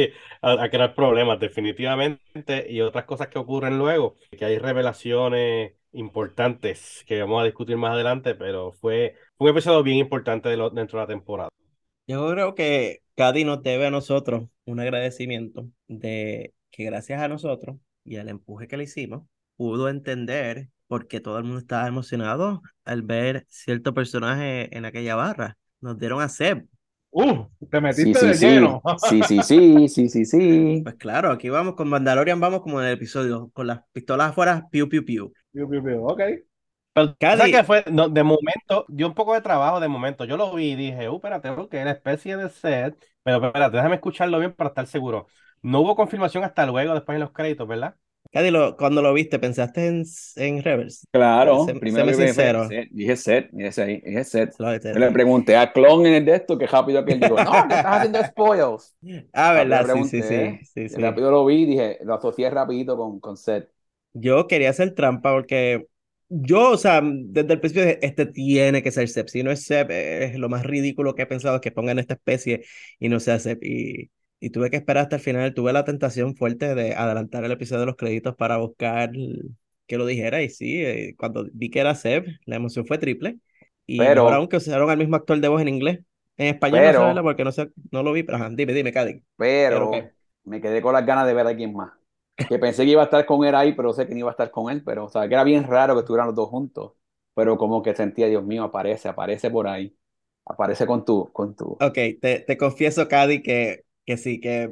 a crear problemas definitivamente y otras cosas que ocurren luego, que hay revelaciones importantes que vamos a discutir más adelante, pero fue un episodio bien importante dentro de la temporada. Yo creo que Cady nos debe a nosotros un agradecimiento de que gracias a nosotros y al empuje que le hicimos, pudo entender por qué todo el mundo estaba emocionado al ver cierto personaje en aquella barra. Nos dieron a Seb. Te Sí, metiste sí, de sí. lleno. Sí, sí, sí, sí, sí, sí. Pues claro, aquí vamos con Mandalorian, vamos como en el episodio, con las pistolas afuera, piu, piu, piu. Piu, piu, piu. Ok. Pero, o sea que Cady, fue, no, de momento, dio un poco de trabajo de momento. Yo lo vi y dije, espérate, ok, la especie de set, pero espérate, déjame escucharlo bien para estar seguro. No hubo confirmación hasta luego, después en los créditos, ¿verdad? Cady, cuando lo viste, ¿pensaste en Reverse? Claro, primero Séme que fue sincero. Seth. Dije Seth, dije Seth. Lo- Yo le pregunté a Clon en el de esto, que rápido que él dijo, no, que estás haciendo spoils. Ah, Rápido le ¿verdad? Sí, sí, pregunté, sí, sí, y sí. rápido lo vi, dije, lo asocié rapidito con Seth. Yo quería hacer trampa porque yo, o sea, desde el principio dije, este tiene que ser Sep. Si no es Sep, es lo más ridículo que he pensado que pongan esta especie y no sea Sep. Y tuve que esperar hasta el final. Tuve la tentación fuerte de adelantar el episodio de los créditos para buscar que lo dijera. Y sí, cuando vi que era Sep, la emoción fue triple. Y mejor aún Pero, que usaron al mismo actor de voz en inglés. En español no sé, ¿verdad? pero, Porque no sé, no lo vi. Pero ajá, dime, Cádiz. ¿Pero pero, qué? me quedé con las ganas de ver a quién más. Que pensé que iba a estar con él ahí, pero sé que no iba a estar con él, pero, o sea, que era bien raro que estuvieran los dos juntos. Pero como que sentía, Dios mío, aparece por ahí. Aparece con tu. Ok, te confieso, Cady, que sí, que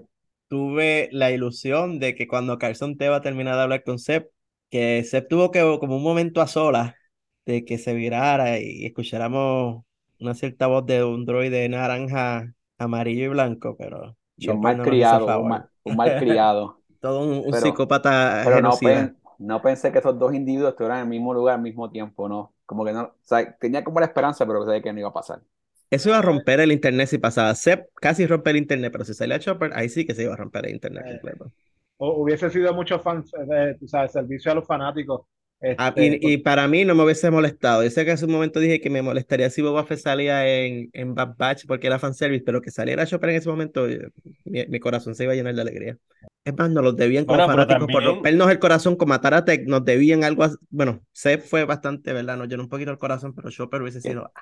tuve la ilusión de que cuando Carson te va a terminar de hablar con Seb, que Seb tuvo que como un momento a solas de que se virara y escucháramos una cierta voz de un droide naranja, amarillo y blanco, pero Y un Chopper mal no nos hizo criado, favor. un mal criado. Todo un Pero, psicópata pero genocida. no pensé que esos dos individuos estuvieran en el mismo lugar al mismo tiempo, ¿no? Como que no, o sea, tenía como la esperanza, pero sabía que no iba a pasar. Eso iba a romper el internet si pasaba. Seb casi rompe el internet, pero si salía Chopper, ahí sí que se iba a romper el internet Eh, completo. hubiese sido mucho fans, tú sabes, servicio a los fanáticos. Ah, Este, y para mí no me hubiese molestado. Yo sé que hace un momento dije que me molestaría si Boba Fett salía en Bad Batch porque era fanservice, pero que saliera Chopper en ese momento, mi corazón se iba a llenar de alegría. Es más, nos los debían como Bueno, pero fanáticos por también, rompernos el corazón con matar a Tech, nos debían algo así. Bueno, Seth fue bastante, ¿verdad? Nos llenó un poquito el corazón, pero Chopper hubiese Que sido.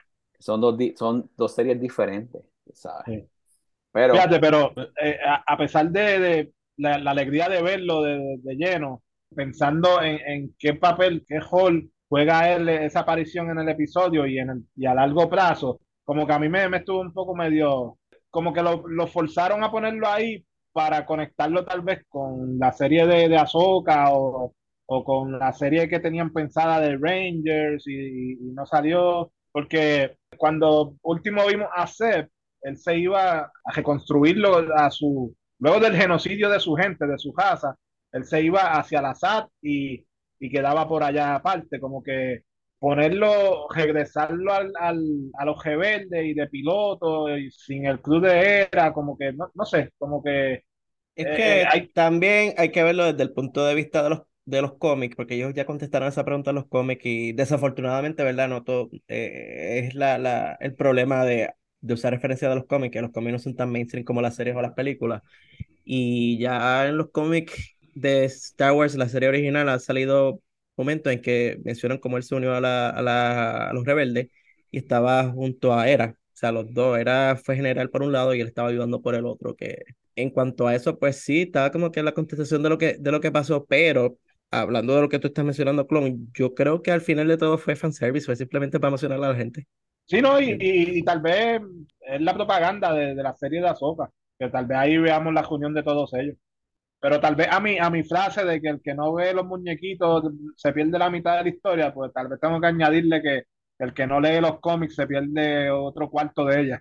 son dos series diferentes, ¿sabes? sí. Pero Fíjate, pero a pesar de la alegría de verlo de lleno, pensando en qué papel, qué rol juega él esa aparición en el episodio y a largo plazo, como que a mí me estuvo un poco medio, como que lo forzaron a ponerlo ahí para conectarlo tal vez con la serie de Ahsoka o con la serie que tenían pensada de Rangers y no salió, porque cuando último vimos a Seth, él se iba a reconstruirlo luego del genocidio de su gente, de su casa, él se iba hacia la SAT y quedaba por allá aparte, como que ponerlo, regresarlo a los rebeldes y de piloto y sin el club de era, como que, no sé, como que Es que hay, también hay que verlo desde el punto de vista de los cómics, porque ellos ya contestaron esa pregunta en los cómics y desafortunadamente, ¿verdad? No todo es el problema de usar referencia de los cómics, que los cómics no son tan mainstream como las series o las películas. Y ya en los cómics de Star Wars, la serie original, ha salido momentos en que mencionan cómo él se unió a los rebeldes y estaba junto a Hera. O sea, los dos, Hera fue general por un lado y él estaba ayudando por el otro. Que en cuanto a eso, pues sí, estaba como que en la contestación de lo que pasó, pero hablando de lo que tú estás mencionando, Clon, yo creo que al final de todo fue fanservice, fue simplemente para emocionar a la gente. sí, ¿no? Y tal vez es la propaganda de la serie de Ahsoka, que tal vez ahí veamos la unión de todos ellos. Pero tal vez a mi frase de que el que no ve los muñequitos se pierde la mitad de la historia, pues tal vez tengo que añadirle que el que no lee los cómics se pierde otro cuarto de ella.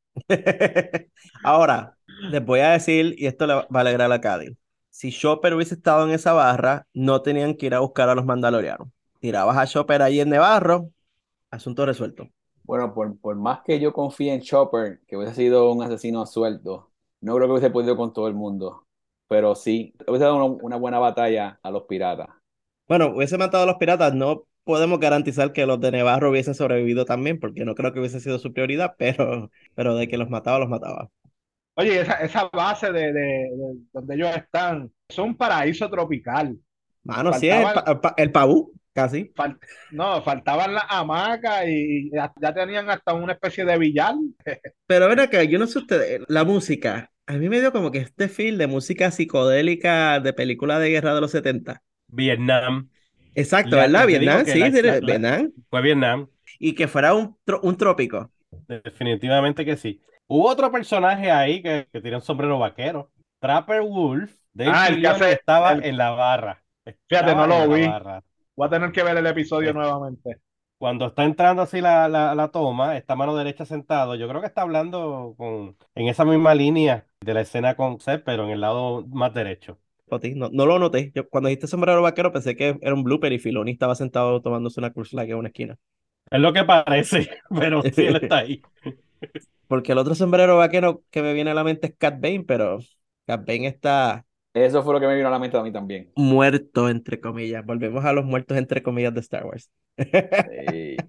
Ahora, les voy a decir, y esto le va a alegrar a Cady. Si Chopper hubiese estado en esa barra, no tenían que ir a buscar a los mandalorianos. Tirabas a Chopper ahí en Nevarro, asunto resuelto. bueno, por más que yo confíe en Chopper, que hubiese sido un asesino suelto, no creo que hubiese podido con todo el mundo. Pero sí, hubiese dado una buena batalla a los piratas. Bueno, hubiese matado a los piratas, no podemos garantizar que los de Nevarro hubiesen sobrevivido también, porque no creo que hubiese sido su prioridad, pero de que los mataba, los mataba. Oye, esa base de donde ellos están es un paraíso tropical. Mano, sí es Faltaban, el pavú, casi. fal- no, faltaban las hamacas y ya tenían hasta una especie de billar. Pero ven acá, yo no sé ustedes, la música, a mí me dio como que este feel de música psicodélica de película de guerra de los 70. Vietnam. Exacto, ¿verdad? Y te digo Vietnam, que sí, Vietnam. fue Vietnam. Y que fuera un trópico. Definitivamente que sí. Hubo otro personaje ahí que tiene un sombrero vaquero. Trapper Wolf. Dave Ah, el que Filoni hace, estaba en la barra. fíjate, no Estaba en lo la vi. barra. Voy a tener que ver el episodio Es- nuevamente. Cuando está entrando así la toma, está mano derecha sentado. Yo creo que está hablando en esa misma línea de la escena con Seth, pero en el lado más derecho. Poti, no, no lo noté. Yo, cuando dijiste sombrero vaquero pensé que era un blooper y Filoni estaba sentado tomándose una Coors Light en una esquina. Es lo que parece, pero sí él está ahí. Porque el otro sombrero vaquero que me viene a la mente es Cat Bane, pero Cat Bane está Eso fue lo que me vino a la mente a mí también. muerto, entre comillas. Volvemos a los muertos, entre comillas, de Star Wars. Sí.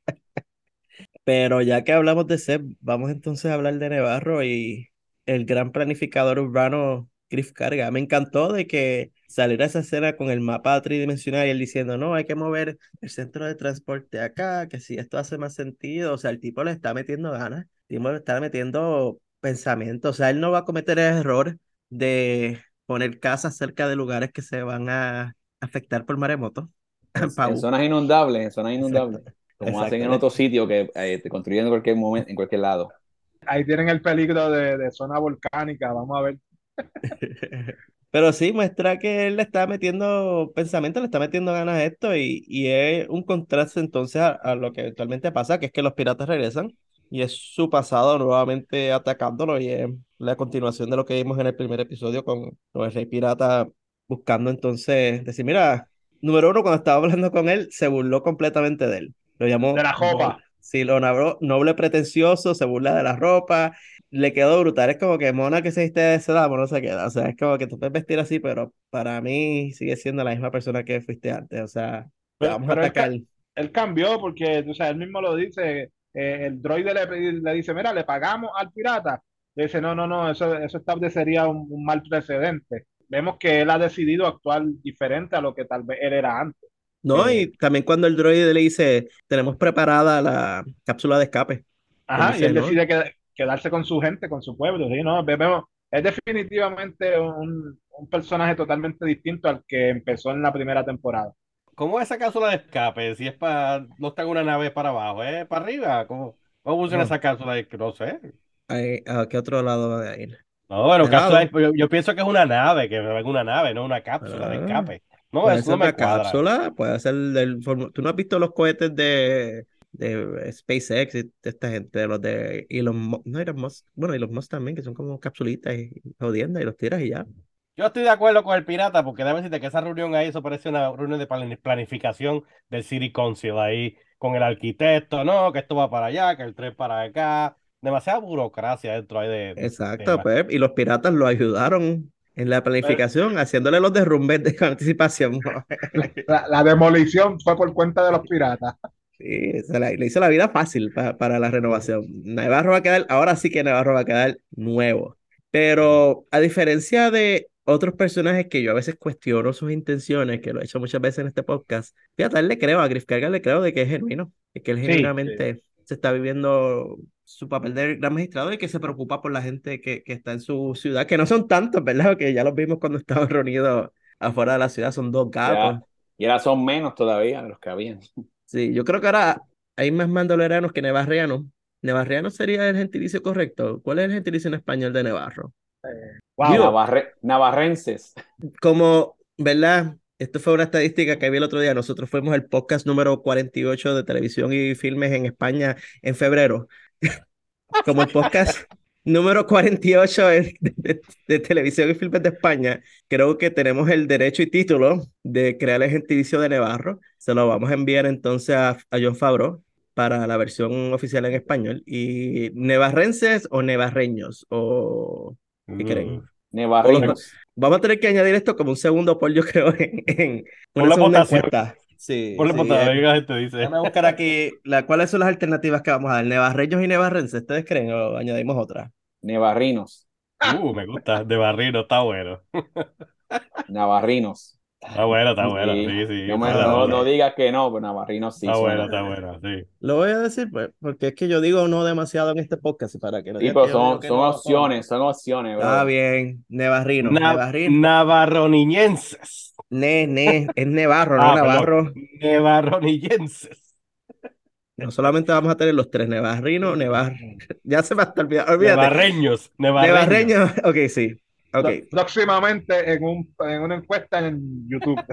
Pero ya que hablamos de Seb, vamos entonces a hablar de Nevarro y el gran planificador urbano Griff Carga. Me encantó de que saliera esa escena con el mapa tridimensional y él diciendo, no, hay que mover el centro de transporte acá, que si esto hace más sentido. O sea, el tipo le está metiendo ganas, el tipo le está metiendo pensamiento. O sea, él no va a cometer el error de poner casas cerca de lugares que se van a afectar por maremotos. En Pau. zonas inundables, Exacto, como hacen exacto. en otros sitios que te construyen en cualquier momento, en cualquier lado. Ahí tienen el peligro de zona volcánica. Vamos a ver. Pero sí, muestra que él le está metiendo pensamiento, le está metiendo ganas a esto y es un contraste entonces a lo que eventualmente pasa, que es que los piratas regresan y es su pasado nuevamente atacándolo y es la continuación de lo que vimos en el primer episodio con el rey pirata buscando entonces decir, mira, número uno, cuando estaba hablando con él, se burló completamente de él. Lo De llamó la noble. ropa. Sí, lo nombró noble pretencioso, se burla de la ropa, le quedó brutal. Es como que mona que se viste de ese lado no se queda. O sea, es como que tú puedes vestir así, pero para mí sigue siendo la misma persona que fuiste antes. O sea, te vamos a Pero atacar. él cambió porque, o sea, él mismo lo dice, el droide le dice, mira, le pagamos al pirata. Le dice, no, no, no, eso establecería un mal precedente. Vemos que él ha decidido actuar diferente a lo que tal vez él era antes. No, Eh, y también cuando el droide le dice, tenemos preparada la cápsula de escape. Y él ajá, y dice, él no, decide quedarse con su gente, con su pueblo. ¿Sí? ¿No? Vemos, es definitivamente un personaje totalmente distinto al que empezó en la primera temporada. ¿Cómo es esa cápsula de escape? Si es para, no está en una nave para abajo, ¿es para arriba? ¿Cómo funciona no, esa cápsula de, no sé? ¿a qué otro lado va a ir? No, bueno, De cápsula lado. yo pienso que es una nave, que va en una nave, no una cápsula de Ah, escape. No, puede eso no ser me la cuadra. cápsula, puede ser ¿Tú no has visto los cohetes de SpaceX y de esta gente, de los de Elon Musk? No, Elon Musk, bueno, Elon Musk también, que son como capsulitas y jodiendas y los tiras y ya. Yo estoy de acuerdo con el pirata, porque déjame decirte que esa reunión ahí, eso parece una reunión de planificación del City Council ahí, con el arquitecto, no, que esto va para allá, que el tren para acá. Demasiada burocracia dentro ahí Exacto, pues, y los piratas lo ayudaron en la Pues, planificación, haciéndole los derrumbes de anticipación. la demolición fue por cuenta de los piratas. Sí, le hizo la vida fácil para la renovación. Navarro va a quedar, ahora sí que Navarro va a quedar nuevo. Pero a diferencia de otros personajes que yo a veces cuestiono sus intenciones, que lo he hecho muchas veces en este podcast, fíjate, a él le creo, a Griff Karga le creo de que es genuino, de que él Sí, sí. genuinamente se está viviendo su papel de gran magistrado y que se preocupa por la gente que está en su ciudad, que no son tantos, ¿verdad? Que ya los vimos cuando estaban reunidos afuera de la ciudad, son dos gatos. Ya, y ahora son menos todavía de los que habían. Sí, yo creo que ahora hay más mandalorianos que nevarrianos. ¿Nevarriano sería el gentilicio correcto? ¿Cuál es el gentilicio en español de Nevarro? Wow. Digo, Navarrenses. como, ¿verdad? Esto fue una estadística que vi el otro día. Nosotros fuimos el podcast número 48 de televisión y filmes en España en febrero. Como el podcast número 48 de televisión y filmes de España, creo que tenemos el derecho y título de crear el gentilicio de Nevarro. Se lo vamos a enviar entonces a John Favreau para la versión oficial en español. ¿Y nevarrenses o nevarreños? ¿O qué Mm. creen? O los dos. Nevarrinos. Vamos a tener que añadir esto como un segundo poll, yo creo, en Por una la segunda votación, encuesta. Sí, por la sí. votación, ahí la gente dice. Déjame buscar aquí cuáles son las alternativas que vamos a dar. ¿Nevarreños y nevarrenses? ¿Ustedes creen? ¿O añadimos otra? Nevarrinos. Me gusta, de barrino, está bueno. Navarrinos. Está bueno, Sí. sí, sí, No, mola, no mola. digas que no, pero Navarrinos sí suena. Está bueno, sí. Lo voy a decir, pues, porque es que yo digo no demasiado en este podcast, y para que no Sí, digan pero que yo digo que no a todo. son opciones, Está brother. bien, Nevarrino, Nevarrín, Navarroniñenses. es Nevarro, no Ah, perdón, Navarro. Nevarroniñenses. No solamente vamos a tener los tres, Nevarrino, ya se me está olvidando, olvídate. Nevarreños, nevarreños. Nevarreño, ok, sí, ok. Próximamente en una encuesta en YouTube,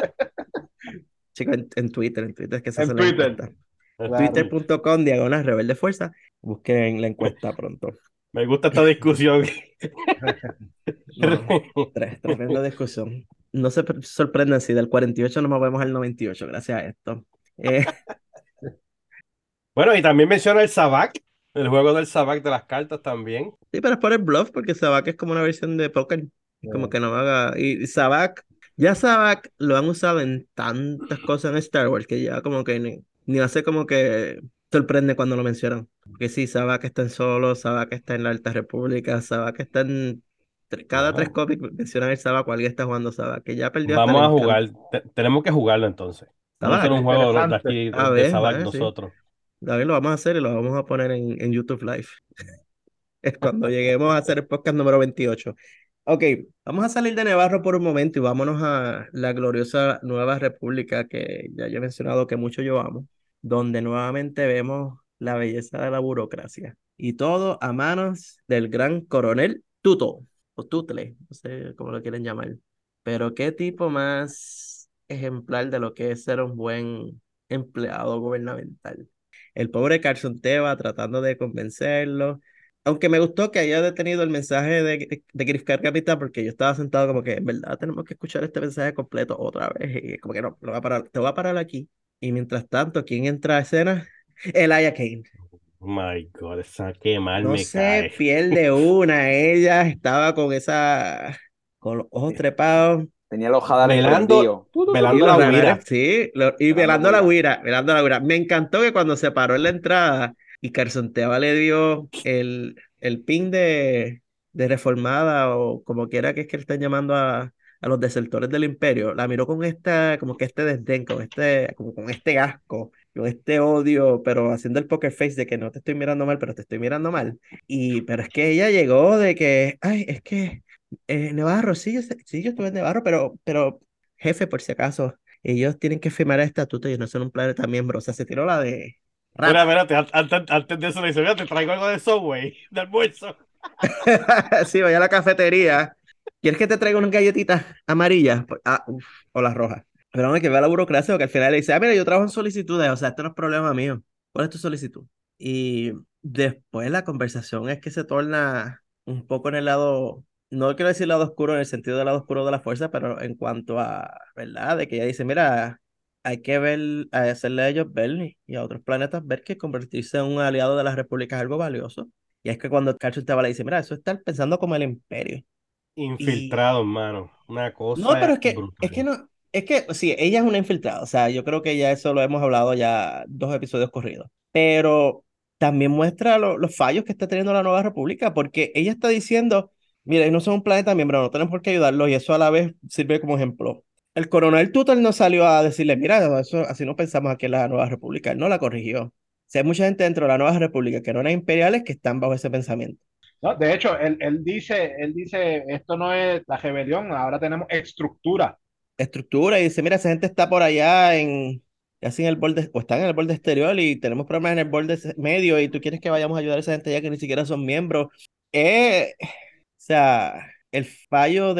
Chicos, en Twitter es que se hace en la Twitter. encuesta. Claro. Twitter.com/Rebelde Fuerza. Busquen la encuesta pronto. Me gusta esta discusión. No, tremenda discusión. No se sorprendan si del 48 nos movemos al 98 gracias a esto. Eh, Bueno, y también menciona el Sabak, el juego del Sabak de las cartas también. sí, pero es por el bluff, porque Sabak es como una versión de póker. Es como que no haga. Y Sabak, ya Sabak lo han usado en tantas cosas en Star Wars que ya como que ni hace como que sorprende cuando lo mencionan. Porque sí, Sabak está en Solo, Sabak está en la Alta República, Sabak está en. Cada tres Bueno, cómics mencionan el Sabak o alguien está jugando Sabak, que ya perdió hasta el vamos a encanto. jugar. Tenemos que jugarlo entonces. Vamos a hacer Sabak. Suena un juego de interesante. aquí A de ver, Sabak sí. nosotros. David, lo vamos a hacer y lo vamos a poner en YouTube Live. Es cuando lleguemos a hacer el podcast número 28. Ok, vamos a salir de Navarro por un momento y vámonos a la gloriosa Nueva República que ya yo he mencionado que mucho yo amo, donde nuevamente vemos la belleza de la burocracia y todo a manos del gran coronel Tuto. o Tutle, no sé cómo lo quieren llamar. Pero qué tipo más ejemplar de lo que es ser un buen empleado gubernamental. El pobre Carson Teva tratando de convencerlo. Aunque me gustó que haya detenido el mensaje de Grifcar Capital, porque yo estaba sentado como que, en verdad, tenemos que escuchar este mensaje completo otra vez. Y como que no, lo voy a parar, te voy a parar aquí. Y mientras tanto, ¿quién entra a escena? Elijah Kane. My God, esa qué mal No me se cae. pierde una. Ella estaba con los ojos trepados. Tenía los jadales Velando, prendidos. Tu, tu, tu, Y velando los la tu, radares, huira. sí, y velando la huila. velando la huira. Me encantó que cuando se paró en la entrada y Carzonteaba le dio el pin de reformada o como quiera que es que le están llamando a los desertores del imperio, la miró con como que este desdén, como con este asco, con este odio, pero haciendo el poker face de que no te estoy mirando mal, pero te estoy mirando mal. Pero es que ella llegó de que, ay, es que Navarro, sí, sí, yo estuve en Navarro, pero jefe, por si acaso, ellos tienen que firmar el estatuto y no son un planeta miembro. O sea, se tiró la de Mira, rata. espérate, antes de eso le dice, mira, te traigo algo de Subway, de almuerzo. Sí, vaya a la cafetería. ¿Quieres que te traiga unas galletitas amarillas? O las rojas. Pero no hay que ver la burocracia, porque al final le dice, mira, yo trabajo en solicitudes, o sea, esto no es problema mío. ¿Cuál es tu solicitud? Y después la conversación es que se torna un poco en el lado, no quiero decir lado oscuro en el sentido del lado oscuro de la fuerza, pero en cuanto a, ¿verdad? De que ella dice, mira, hay que ver, a hacerle a ellos ver y a otros planetas ver que convertirse en un aliado de la República es algo valioso. Y es que cuando Carson te le dice, mira, eso es estar pensando como el imperio. Y Infiltrado, hermano. Una no, pero cosa es que brutal. no, es que sí, ella es una infiltrada, o sea, yo creo que ya eso lo hemos hablado ya 2 episodios corridos, pero también muestra los fallos que está teniendo la Nueva República, porque ella está diciendo, mira, ellos no son un planeta miembro, no tenemos por qué ayudarlos, y eso a la vez sirve como ejemplo. El coronel Tuttle no salió a decirle, mira, eso, así no pensamos aquí en la Nueva República, él no la corrigió. O sea, hay mucha gente dentro de la Nueva República que no eran imperiales que están bajo ese pensamiento. No, de hecho, él dice, esto no es la rebelión, ahora tenemos estructura. Estructura y dice, mira, esa gente está por allá casi en el borde, o están en el borde exterior y tenemos problemas en el borde medio y tú quieres que vayamos a ayudar a esa gente allá que ni siquiera son miembros. O sea, el fallo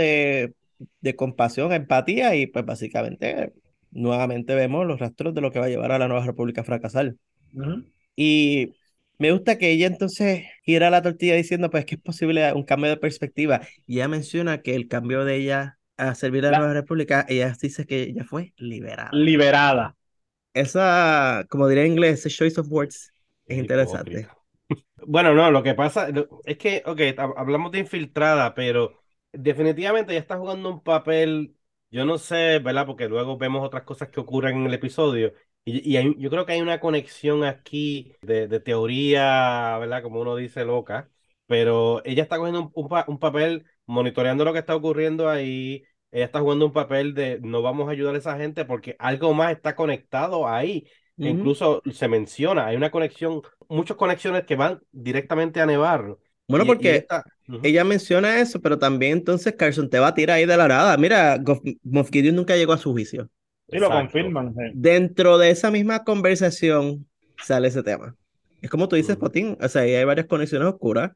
de compasión, empatía y pues básicamente nuevamente vemos los rastros de lo que va a llevar a la Nueva República a fracasar. Ujú. Y me gusta que ella entonces gira la tortilla diciendo pues que es posible un cambio de perspectiva. Y ella menciona que el cambio de ella a servir a la La Nueva República, ella dice que ella fue liberada. liberada. Esa, como diría en inglés, ese choice of words es Es interesante. hipócrita. Bueno, no, lo que pasa es que, ok, hablamos de infiltrada, pero definitivamente ella está jugando un papel, yo no sé, ¿verdad? Porque luego vemos otras cosas que ocurren en el episodio y yo creo que hay una conexión aquí de teoría, ¿verdad? Como uno dice, loca, pero ella está cogiendo un papel monitoreando lo que está ocurriendo ahí, ella está jugando un papel de no vamos a ayudar a esa gente porque algo más está conectado ahí. E Ujú. incluso se menciona, hay una conexión, muchas conexiones que van directamente a Nevarro. Bueno, Y porque esta, ujú, ella menciona eso, pero también entonces Carson te va a tirar ahí de la nada. Mira, Moff Gideon nunca llegó a su juicio. Sí, lo exacto. confirman. Sí. Dentro de esa misma conversación sale ese tema. Es como tú dices, Ujú. Potín, o sea, ahí hay varias conexiones oscuras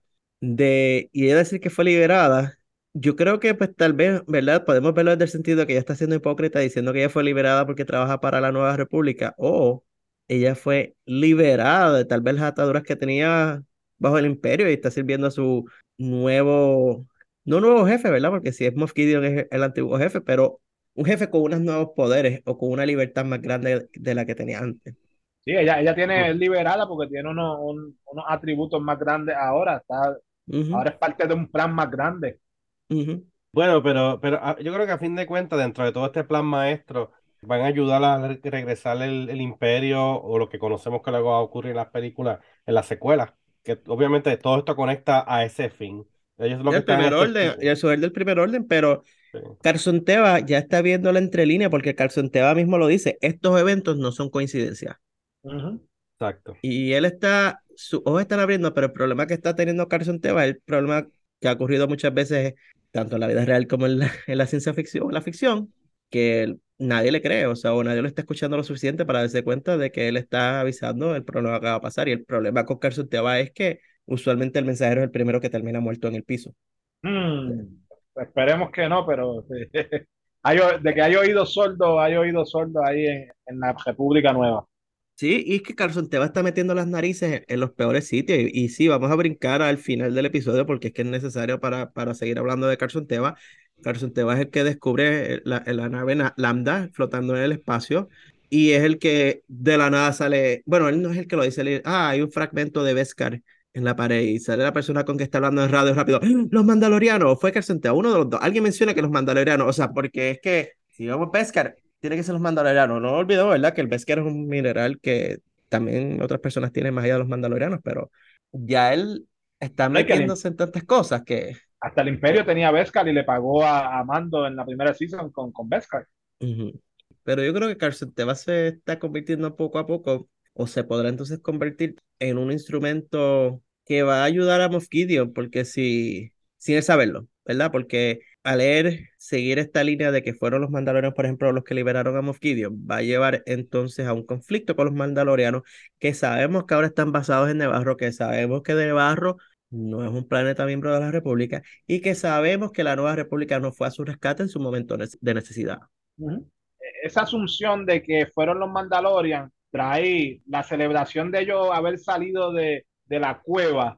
y ella decir que fue liberada. Yo creo que pues tal vez, ¿verdad? Podemos verlo desde el sentido de que ella está siendo hipócrita diciendo que ella fue liberada porque trabaja para la Nueva República o ella fue liberada de tal vez las ataduras que tenía bajo el imperio y está sirviendo a su nuevo, no nuevo jefe, ¿verdad? Porque si es Moff Gideon es el antiguo jefe, pero un jefe con unos nuevos poderes o con una libertad más grande de la que tenía antes. Sí, ella tiene Ujú. liberada porque tiene unos atributos más grandes ahora. Ujú, Ahora es parte de un plan más grande. ujú. Bueno, pero yo creo que a fin de cuentas, dentro de todo este plan maestro, van a ayudar a regresar el imperio o lo que conocemos que luego va a ocurrir en las películas, en las secuelas, que obviamente todo esto conecta a ese fin. Ellos lo Y que el están primer es orden, y el suceder del primer orden, pero sí, Carson Teva ya está viendo la entrelínea porque Carson Teva mismo lo dice, estos eventos no son coincidencias. Ujú. exacto. Y él está, sus ojos están abriendo, pero el problema que está teniendo Carson Teva es el problema que ha ocurrido muchas veces, tanto en la vida real como en en la ciencia ficción, en la ficción, que nadie le cree, o sea, o nadie lo está escuchando lo suficiente para darse cuenta de que él está avisando el problema que va a pasar. Y el problema con Carson Teva es que usualmente el mensajero es el primero que termina muerto en el piso. Esperemos que no, pero de que hay oído sordo ahí en la República Nueva. Sí, y es que Carson te va a estar metiendo las narices en los peores sitios. Y sí, vamos a brincar al final del episodio porque es que es necesario para seguir hablando de Carson Teva. Carson Teva es el que descubre la nave Lambda flotando en el espacio y es el que de la nada sale. Bueno, él no es el que lo dice. Hay un fragmento de Beskar en la pared y sale la persona con que está hablando en radio rápido. ¡Ah! Los Mandalorianos, fue Carson Teva, uno de los dos. Alguien menciona que los Mandalorianos, o sea, porque es que si vamos a Beskar tiene que ser los mandalorianos. No olvidemos, ¿verdad? Que el Beskar es un mineral que también otras personas tienen más allá de los mandalorianos, pero ya él está No hay que metiéndose en tantas cosas que... hasta el Imperio tenía Beskar y le pagó a Mando en la primera season con Beskar. Ujú. Pero yo creo que Carson Teva se está convirtiendo poco a poco, o se podrá entonces convertir en un instrumento que va a ayudar a Moff Gideon, porque si, sin él saberlo, ¿verdad? Porque al él seguir esta línea de que fueron los mandalorianos, por ejemplo, los que liberaron a Moff Gideon, va a llevar entonces a un conflicto con los mandalorianos, que sabemos que ahora están basados en Nevarro, que sabemos que Nevarro no es un planeta miembro de la República, y que sabemos que la Nueva República no fue a su rescate en su momento de necesidad. Uh-huh. Esa asunción de que fueron los Mandalorian trae la celebración de ellos haber salido de la cueva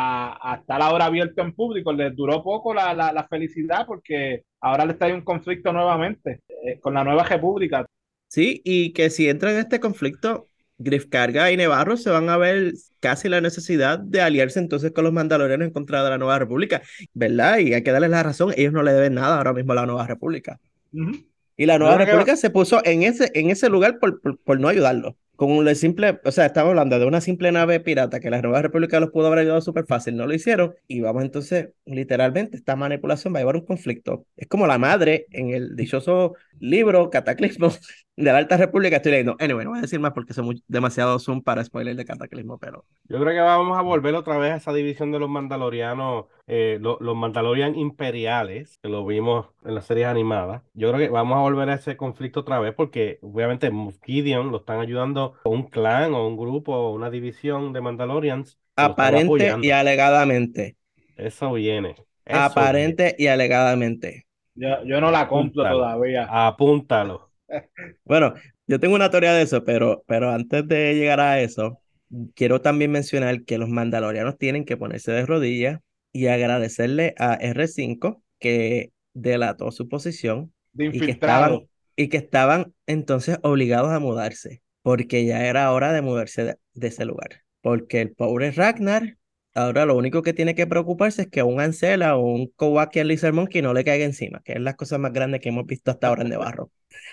a estar ahora abierto en público. Les duró poco la felicidad porque ahora les trae un conflicto nuevamente con la nueva república. Sí, y que si entran en este conflicto, Griff Karga y Nevarro se van a ver casi la necesidad de aliarse entonces con los Mandalorianos en contra de la Nueva República, ¿verdad? Y hay que darles la razón, ellos no le deben nada ahora mismo a la Nueva República. Uh-huh. Y la Yo Nueva creo que República se puso en ese lugar por no ayudarlo. Con un simple, o sea, estamos hablando de una simple nave pirata que la Nueva República los pudo haber ayudado súper fácil, no lo hicieron. Y vamos entonces, literalmente, esta manipulación va a llevar a un conflicto. Es como la madre en el dichoso libro Cataclismo de la Alta República. Estoy leyendo. Anyway, no voy a decir más porque son demasiado zoom para spoiler de Cataclismo, pero Yo creo que vamos a volver otra vez a esa división de los mandalorianos, los mandalorian imperiales, que lo vimos en las series animadas. Yo creo que vamos a volver a ese conflicto otra vez porque obviamente Moff Gideon lo están ayudando o un clan o un grupo o una división de mandalorians que lo están aparente y apoyando. alegadamente. Eso viene, eso viene. Aparente y alegadamente. Yo no la compro Apúntalo, todavía. apúntalo. Bueno, yo tengo una teoría de eso, pero antes de llegar a eso, quiero también mencionar que los mandalorianos tienen que ponerse de rodillas y agradecerle a R5 que delató su posición De y que estaban, infiltrado. y que estaban entonces obligados a mudarse, porque ya era hora de moverse de ese lugar. Porque el pobre Ragnar, ahora lo único que tiene que preocuparse es que un Ancela o un Kowakian Lizard Monkey no le caiga encima, que es las cosas más grandes que hemos visto hasta ahora en Nevarro.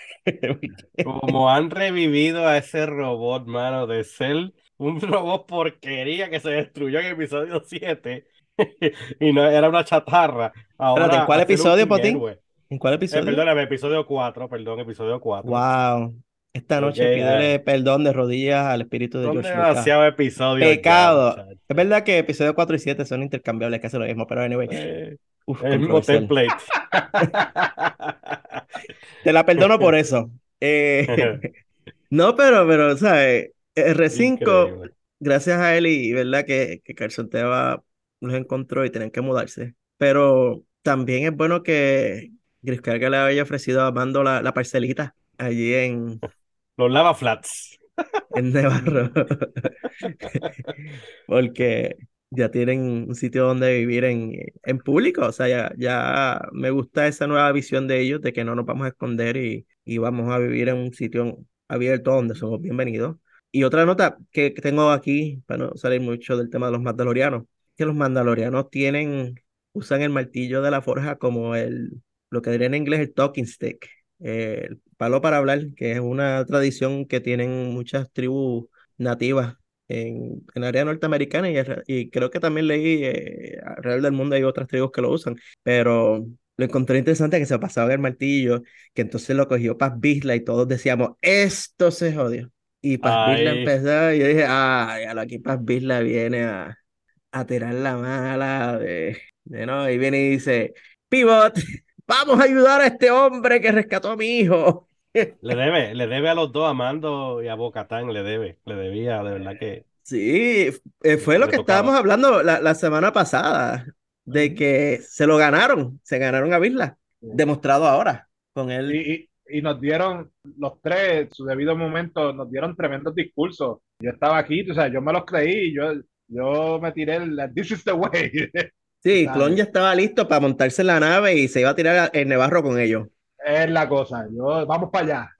Como han revivido a ese robot, mano, de ser un robot porquería que se destruyó en episodio 7 y no era una chatarra, Espérate, ¿en ahora cuál hacer episodio, un Potín? héroe. ¿En cuál episodio? Perdóname, episodio 4 perdón, episodio 4. Wow. Esta noche Porque pídele perdón de rodillas al espíritu de son George Lucas. demasiados episodios ya, Pecado. muchachos. Es verdad que episodio 4 y 7 son intercambiables, casi lo mismo, pero anyway. Eh, Uf, el mismo controversial. template. Te la perdono por eso. No, pero, ¿sabes? R5, Increíble. gracias a él y verdad que Carson Teva los encontró y tenían que mudarse. Pero también es bueno que Gris Karga le haya ofrecido a Mando la parcelita allí Los lava flats. en Nevarro. Porque ya tienen un sitio donde vivir en público. O sea, ya me gusta esa nueva visión de ellos, de que no nos vamos a esconder y vamos a vivir en un sitio abierto donde somos bienvenidos. Y otra nota que tengo aquí, para no salir mucho del tema de los mandalorianos, que los mandalorianos usan el martillo de la forja como lo que diría en inglés el talking stick, el palo para hablar, que es una tradición que tienen muchas tribus nativas en área norteamericana y creo que también leí alrededor del mundo hay otras tribus que lo usan, pero lo encontré interesante que se pasaba el martillo, que entonces lo cogió Paz Vizla y todos decíamos, esto se jodió. Y Paz Vizla Ay, empezó y yo dije, aquí Paz Vizla viene a tirar la mala no, y viene y dice, Pivot, vamos a ayudar a este hombre que rescató a mi hijo. le debe a los dos, a Mando y a Bo-Katan, le debía, de verdad que Sí, fue lo le que estábamos tocaba. hablando la semana pasada. de que se ganaron a Visla, demostrado ahora con él. Y nos dieron, los tres, su debido momento, nos dieron tremendos discursos. Yo estaba aquí, tú sabes, yo me los creí, yo me tiré This is the way, tú Sí, Clon sabes, ya estaba listo para montarse en la nave y se iba a tirar el Nevarro con ellos. es la cosa, vamos para allá.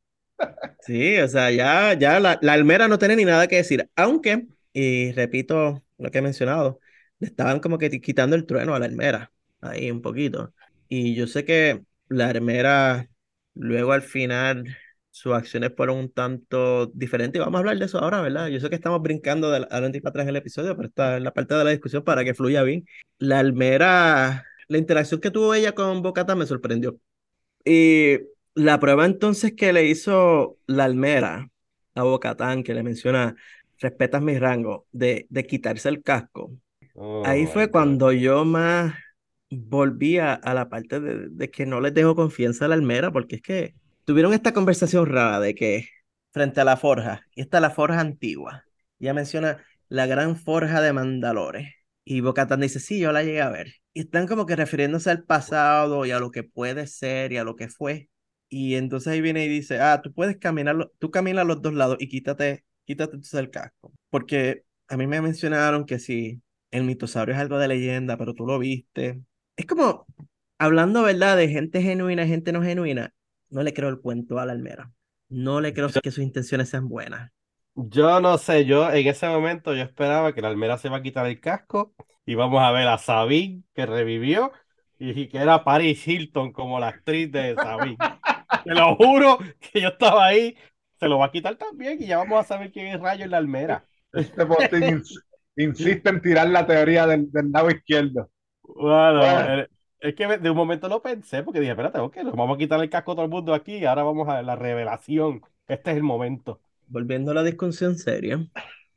Sí, o sea, ya la Almera no tiene ni nada que decir, aunque, y repito lo que he mencionado, le estaban como que quitando el trueno a la Almera, ahí un poquito. Y yo sé que la Almera, luego al final, sus acciones fueron un tanto diferentes, y vamos a hablar de eso ahora, ¿verdad? Yo sé que estamos brincando de adelante y para atrás en el episodio, pero esta es la parte de la discusión para que fluya bien. La Almera, la interacción que tuvo ella con Bocata me sorprendió. Y la prueba entonces que le hizo la Almera a Bocatán, que le menciona, respetas mi rango, de quitarse el casco. Oh Ahí my fue God. cuando yo más volví a la parte de que no les dejo confianza a la Almera, porque es que tuvieron esta conversación rara de que frente a la forja, y esta es la forja antigua, ya menciona la gran forja de Mandalore, y Bocatán dice, sí, yo la llegué a ver. Y están como que refiriéndose al pasado y a lo que puede ser y a lo que fue. Y entonces ahí viene y dice, ah, tú puedes caminar, tú caminas a los dos lados y quítate entonces el casco. Porque a mí me mencionaron que si el mitosaurio es algo de leyenda, pero tú lo viste. Es como, hablando, ¿verdad? De gente genuina y gente no genuina, no le creo el cuento a la Almera. No le creo que sus intenciones sean buenas. Yo no sé, yo en ese momento yo esperaba que la Almera se iba a quitar el casco y vamos a ver a Sabine que revivió y que era Paris Hilton como la actriz de Sabine. Te lo juro que yo estaba ahí, se lo va a quitar también y ya vamos a saber quién es Rayo en la Almera. Este posting insiste en tirar la teoría del lado izquierdo. Bueno, Bueno, es que de un momento lo pensé porque dije, espérate, ok, nos vamos a quitar el casco a todo el mundo aquí y ahora vamos a la revelación. Este es el momento. Volviendo a la discusión seria,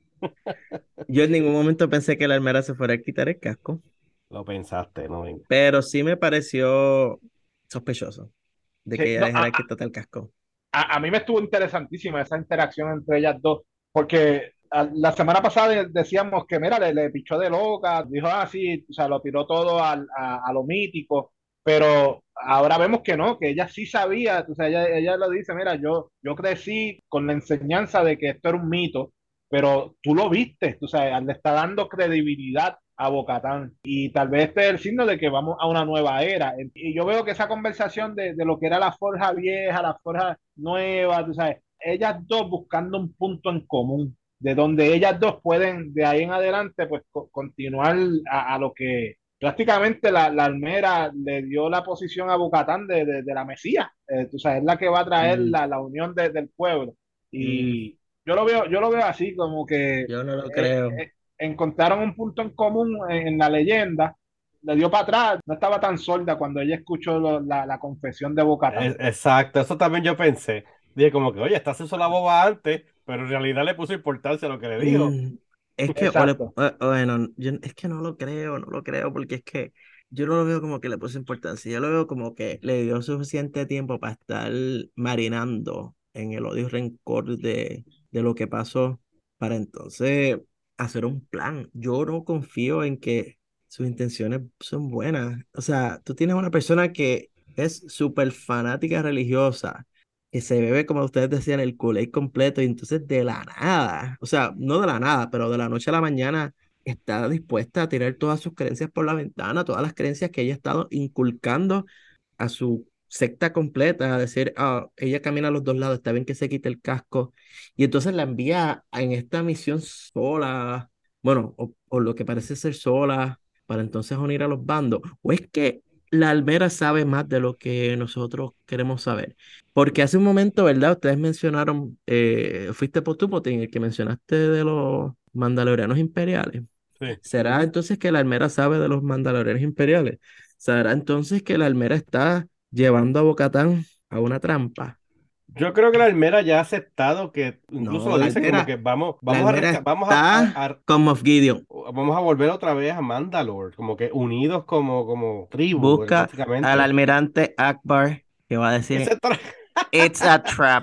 yo en ningún momento pensé que la Almera se fuera a quitar el casco, Lo pensaste, ¿no? pero sí me pareció sospechoso de sí, que ella no, dejara de quitar el casco. a mí me estuvo interesantísima esa interacción entre ellas dos, porque la semana pasada decíamos que, mira, le pichó de loca, dijo, ah, sí, o sea, lo tiró todo a lo mítico, pero ahora vemos que no, que ella sí sabía, o sea, ella lo dice, mira, yo crecí con la enseñanza de que esto era un mito, pero tú lo viste, o sea, le está dando credibilidad a Bocatán. Y tal vez este es el signo de que vamos a una nueva era. Y yo veo que esa conversación de lo que era la forja vieja, la forja nueva, tú sabes, ellas dos buscando un punto en común, de donde ellas dos pueden de ahí en adelante pues continuar a lo que prácticamente la Almera le dio la posición a Bocatán de la Mesía. Tú sabes, es la que va a traer Mm, la unión del pueblo. mm, Y yo lo veo así, como que yo no lo eh, creo. encontraron un punto en común en la leyenda, le dio para atrás, no estaba tan sorda cuando ella escuchó la confesión de Bocatán. Exacto, eso también yo pensé. Dije como que, oye, esta se hizo la boba antes, pero en realidad le puso importancia a lo que le dijo. Mm, es que, Exacto, bueno, es que no lo creo, porque es que yo no lo veo como que le puso importancia, yo lo veo como que le dio suficiente tiempo para estar marinando en el odio y rencor de lo que pasó, para entonces hacer un plan. Yo no confío en que sus intenciones son buenas. O sea, tú tienes una persona que es súper fanática religiosa que se bebe, como ustedes decían, el Kool-Aid completo y entonces de la nada, o sea, no de la nada, pero de la noche a la mañana está dispuesta a tirar todas sus creencias por la ventana, todas las creencias que ella ha estado inculcando a su secta completa, a decir, ah, ella camina a los dos lados, está bien que se quite el casco, y entonces la envía en esta misión sola, bueno, o lo que parece ser sola, para entonces unir a los bandos, o es que la Almera sabe más de lo que nosotros queremos saber. Porque hace un momento, ¿verdad? Ustedes mencionaron, fuiste por tu Potín, el que mencionaste de los mandalorianos imperiales. Sí. ¿Será entonces que la Almera sabe de los mandalorianos imperiales? ¿Será entonces que la Almera está llevando a Bocatán a una trampa? Yo creo que la Almera ya ha aceptado que, incluso No, lo dice como que vamos, la vamos a, Almera vamos está con Moff Gideon. vamos a volver otra vez a Mandalore, como que unidos como tribu, Busca al básicamente. almirante Akbar, que va a decir, Ese tra- It's a trap.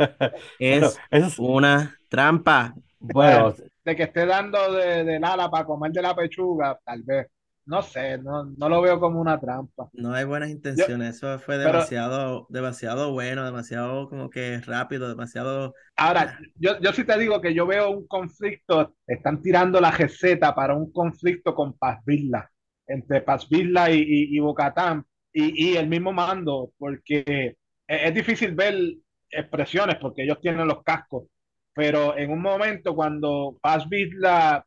Bueno, Es eso es, una trampa. bueno, bueno, de que esté dando del ala para comer de la pechuga, tal vez. no sé, no lo veo como una trampa. No hay buenas Yo, intenciones, eso fue pero demasiado bueno, demasiado como que rápido, demasiado... ahora, nah. yo sí te digo que yo veo un conflicto, están tirando la receta para un conflicto con Paz Vizla, entre Paz Vizla y Bocatán, y el mismo mando, porque es difícil ver expresiones, porque ellos tienen los cascos, pero en un momento cuando Paz Vizla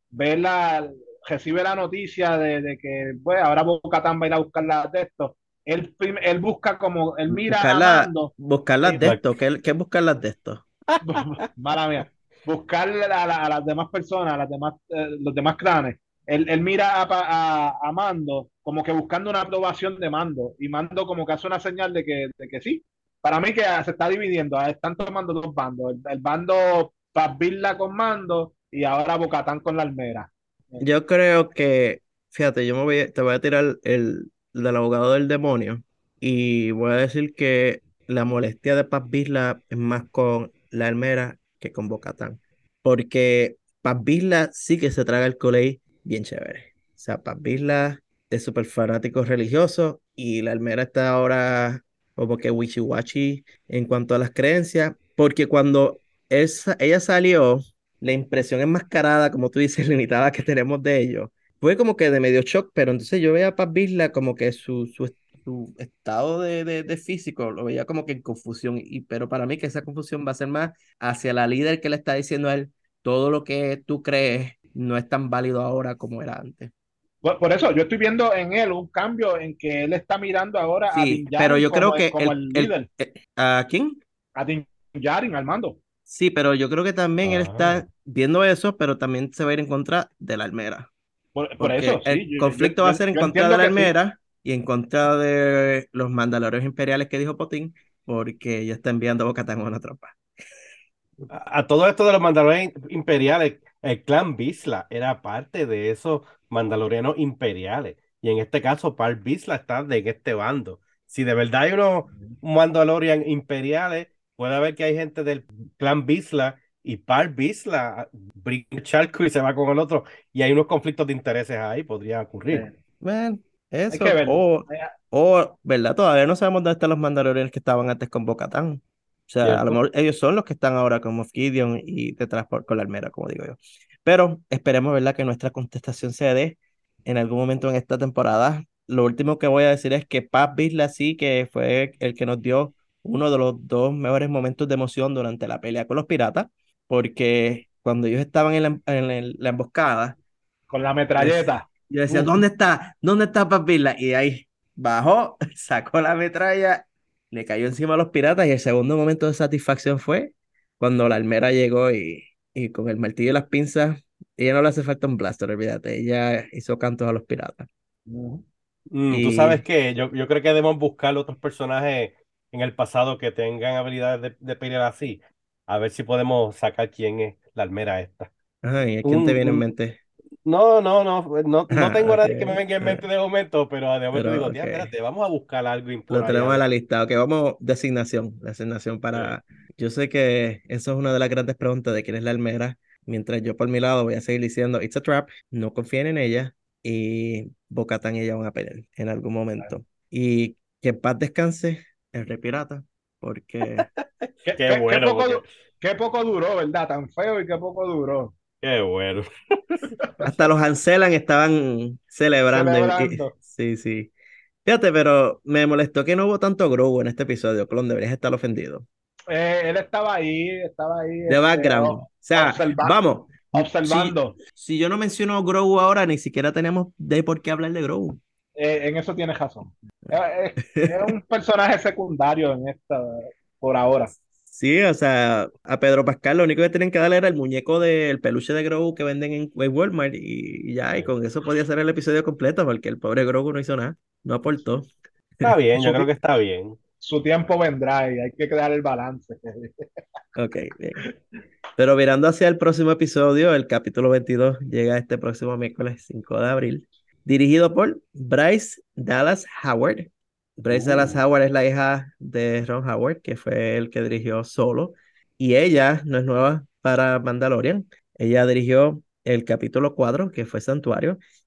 recibe la noticia de que pues, ahora Bocatán va a ir a buscar las de esto, él busca como, él mira a Mando, Buscarlas y de esto, ¿qué es buscarlas de esto? mala mía, buscarle a las demás personas, a las demás, los demás clanes. Él mira a Mando como que buscando una aprobación de Mando y Mando como que hace una señal de que sí. Para mí que se está dividiendo, están tomando dos bandos, el bando Pazvilla con Mando y ahora Bocatán con la Almera. Yo creo que, fíjate, te voy a tirar el del abogado del demonio y voy a decir que la molestia de Paz Vizla es más con la Almera que con Bocatán, porque Paz Vizla sí que se traga el Kool-Aid bien chévere. O sea, Paz Vizla es súper fanático religioso y la Almera está ahora como que wishy-washy en cuanto a las creencias, porque cuando ella salió la impresión enmascarada, como tú dices, limitada que tenemos de ellos, fue como que de medio shock, pero entonces yo veía a Paz Vizla como que su estado de físico, lo veía como que en confusión, pero para mí que esa confusión va a ser más hacia la líder que le está diciendo a él, todo lo que tú crees no es tan válido ahora como era antes. Por eso, yo estoy viendo en él un cambio en que él está mirando ahora a Sí, Din pero Djarin yo creo que como el líder, ¿a quién? a Din Djarin, al mando. Sí, pero yo creo que también él Ah. está viendo eso, pero también se va a ir en contra de la Almera. Por Porque eso, el sí, conflicto va a ser en yo contra de entiendo la que sí. Almera y en contra de los mandalorios imperiales que dijo Potín, porque ella está enviando a Bo-Katan a una tropa. A todo esto de los mandalorianos imperiales, el clan Vizsla era parte de esos mandalorianos imperiales. Y en este caso, Pal Vizsla está de este bando. Si de verdad hay unos mandalorian imperiales, puede haber que hay gente del clan Vizsla y Pal Vizsla brinca el charco y se va con el otro. Y hay unos conflictos de intereses ahí, podría ocurrir. Bueno, Hay que eso, ver. ¿verdad? Todavía no sabemos dónde están los mandalorianos que estaban antes con Bo-Katan. O sea, a lo ¿Cierto? mejor ellos son los que están ahora con Moff Gideon y detrás con la Almera, como digo yo. Pero esperemos, ¿verdad?, que nuestra contestación se dé en algún momento en esta temporada. Lo último que voy a decir es que Paz Vizla sí que fue el que nos dio uno de los dos mejores momentos de emoción durante la pelea con los piratas, porque cuando ellos estaban la emboscada, Con la yo decía, metralleta. yo decía, Uf, ¿dónde está? ¿Dónde está Paz Vizla? Y de ahí bajó, sacó la metralla, le cayó encima a los piratas y el segundo momento de satisfacción fue cuando la Almera llegó y con el martillo y las pinzas, ella no le hace falta un blaster, olvídate, ella hizo cantos a los piratas. uf. Tú sabes Y, que yo creo que debemos buscar otros personajes en el pasado que tengan habilidades de pelear así. A ver si podemos sacar quién es la almera esta. ajá, ¿y a quién te Un, viene en un- mente? no tengo a Ok, nadie que me venga en mente de momento, pero de momento pero digo, ok. tía, espérate, vamos a buscar algo por Lo ahí, tenemos a en la ver. lista. Ok, vamos, designación Eh, para... Yo sé que eso es una de las grandes preguntas de quién es la Almera, mientras yo por mi lado voy a seguir diciendo, It's a trap, no confíen en ella, y Bo-Katan y ella van a pelear en algún momento. Y que en paz descanse el Rey Pirata, porque Qué, qué qué, qué bueno, poco, porque qué poco duró, ¿verdad? Tan feo y qué poco duró. qué bueno. hasta los Ancelan estaban celebrando. Celebrando. Sí, sí. Fíjate, pero me molestó que no hubo tanto Grogu en este episodio, Clon, deberías estar ofendido. Él estaba ahí, De background. O sea, vamos, si, observando. si yo no menciono Grogu ahora, ni siquiera tenemos de por qué hablar de Grogu. En eso tienes razón. Es un personaje secundario en esta, por ahora. Sí, o sea, a Pedro Pascal lo único que tienen que darle era el muñeco del peluche de Grogu que venden en Walmart y ya, y Eh, con eso podía ser el episodio completo porque el pobre Grogu no hizo nada, no aportó. Está bien, yo Su, creo ti- que está bien. su tiempo vendrá y hay que crear el balance. Ok, bien. Pero mirando hacia el próximo episodio, el capítulo 22 llega este próximo miércoles 5 de abril, dirigido por Bryce Dallas Howard. Bryce Dallas Uh, Howard es la hija de Ron Howard, que fue el que dirigió Solo, y ella no es nueva para Mandalorian. Ella dirigió el capítulo 4 que fue Santuario.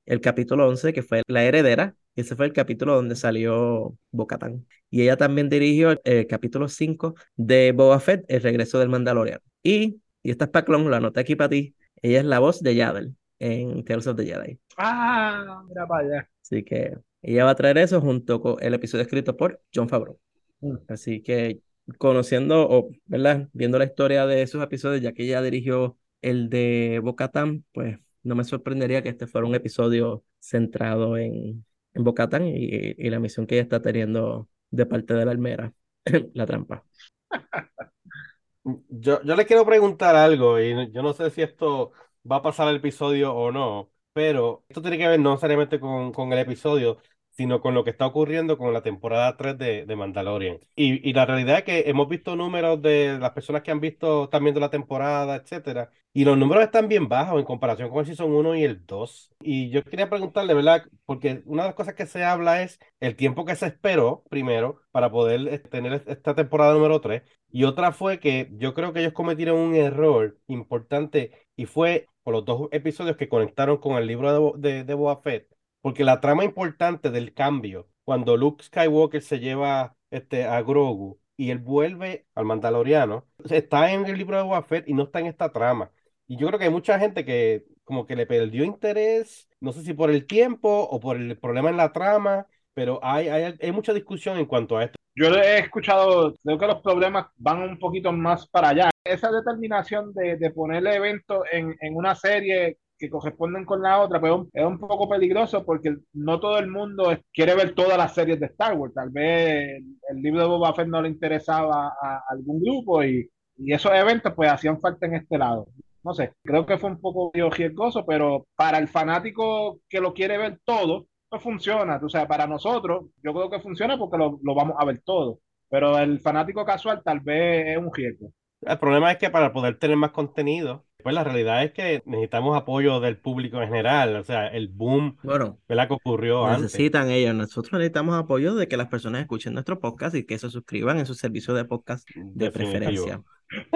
el capítulo 11, que fue La Heredera, y ese fue el capítulo donde salió Bo-Katan. Y ella también dirigió el capítulo 5 de Boba Fett, El regreso del Mandalorian. Y esta es para Clon, lo anoté aquí para ti, ella es la voz de Yaddle en Tales of the Jedi. Ah, mira para allá. Así que ella va a traer eso junto con el episodio escrito por Jon Favreau. Así que conociendo o, ¿verdad? Viendo la historia de esos episodios, ya que ella dirigió el de Bo-Katan, pues no me sorprendería que este fuera un episodio centrado en Bo-Katan y la misión que ella está teniendo de parte de la Almera, la trampa. Yo le quiero preguntar algo y yo no sé si esto va a pasar al episodio o no, pero esto tiene que ver no necesariamente con el episodio, sino con lo que está ocurriendo con la temporada 3 de Mandalorian. Y la realidad es que hemos visto números de las personas que han visto, están viendo la temporada, etcétera, y los números están bien bajos en comparación con el Season 1 y el 2. Y yo quería preguntarle, ¿verdad? Porque una de las cosas que se habla es el tiempo que se esperó primero para poder tener esta temporada número 3. Y otra fue que yo creo que ellos cometieron un error importante y fue por los dos episodios que conectaron con el libro de Boba Fett, porque la trama importante del cambio, cuando Luke Skywalker se lleva a Grogu y él vuelve al Mandaloriano, está en el libro de Boba Fett y no está en esta trama. Y yo creo que hay mucha gente que como que le perdió interés, no sé si por el tiempo o por el problema en la trama, pero hay mucha discusión en cuanto a esto. Yo he escuchado, creo que los problemas van un poquito más para allá. Esa determinación de ponerle eventos en una serie que corresponden con la otra, pues es un poco peligroso porque no todo el mundo quiere ver todas las series de Star Wars. Tal vez el libro de Boba Fett no le interesaba a algún grupo y esos eventos pues hacían falta en este lado. No sé, creo que fue un poco riesgoso, pero para el fanático que lo quiere ver todo, pues funciona. O sea, para nosotros, yo creo que funciona porque lo vamos a ver todo. Pero el fanático casual tal vez es un riesgo. El problema es que para poder tener más contenido, pues la realidad es que necesitamos apoyo del público en general, o sea, el boom, Bueno, ¿verdad? Que ocurrió antes. necesitan ellos. Nosotros necesitamos apoyo de que las personas escuchen nuestro podcast y que se suscriban en su servicio de podcast de Definitivo, preferencia.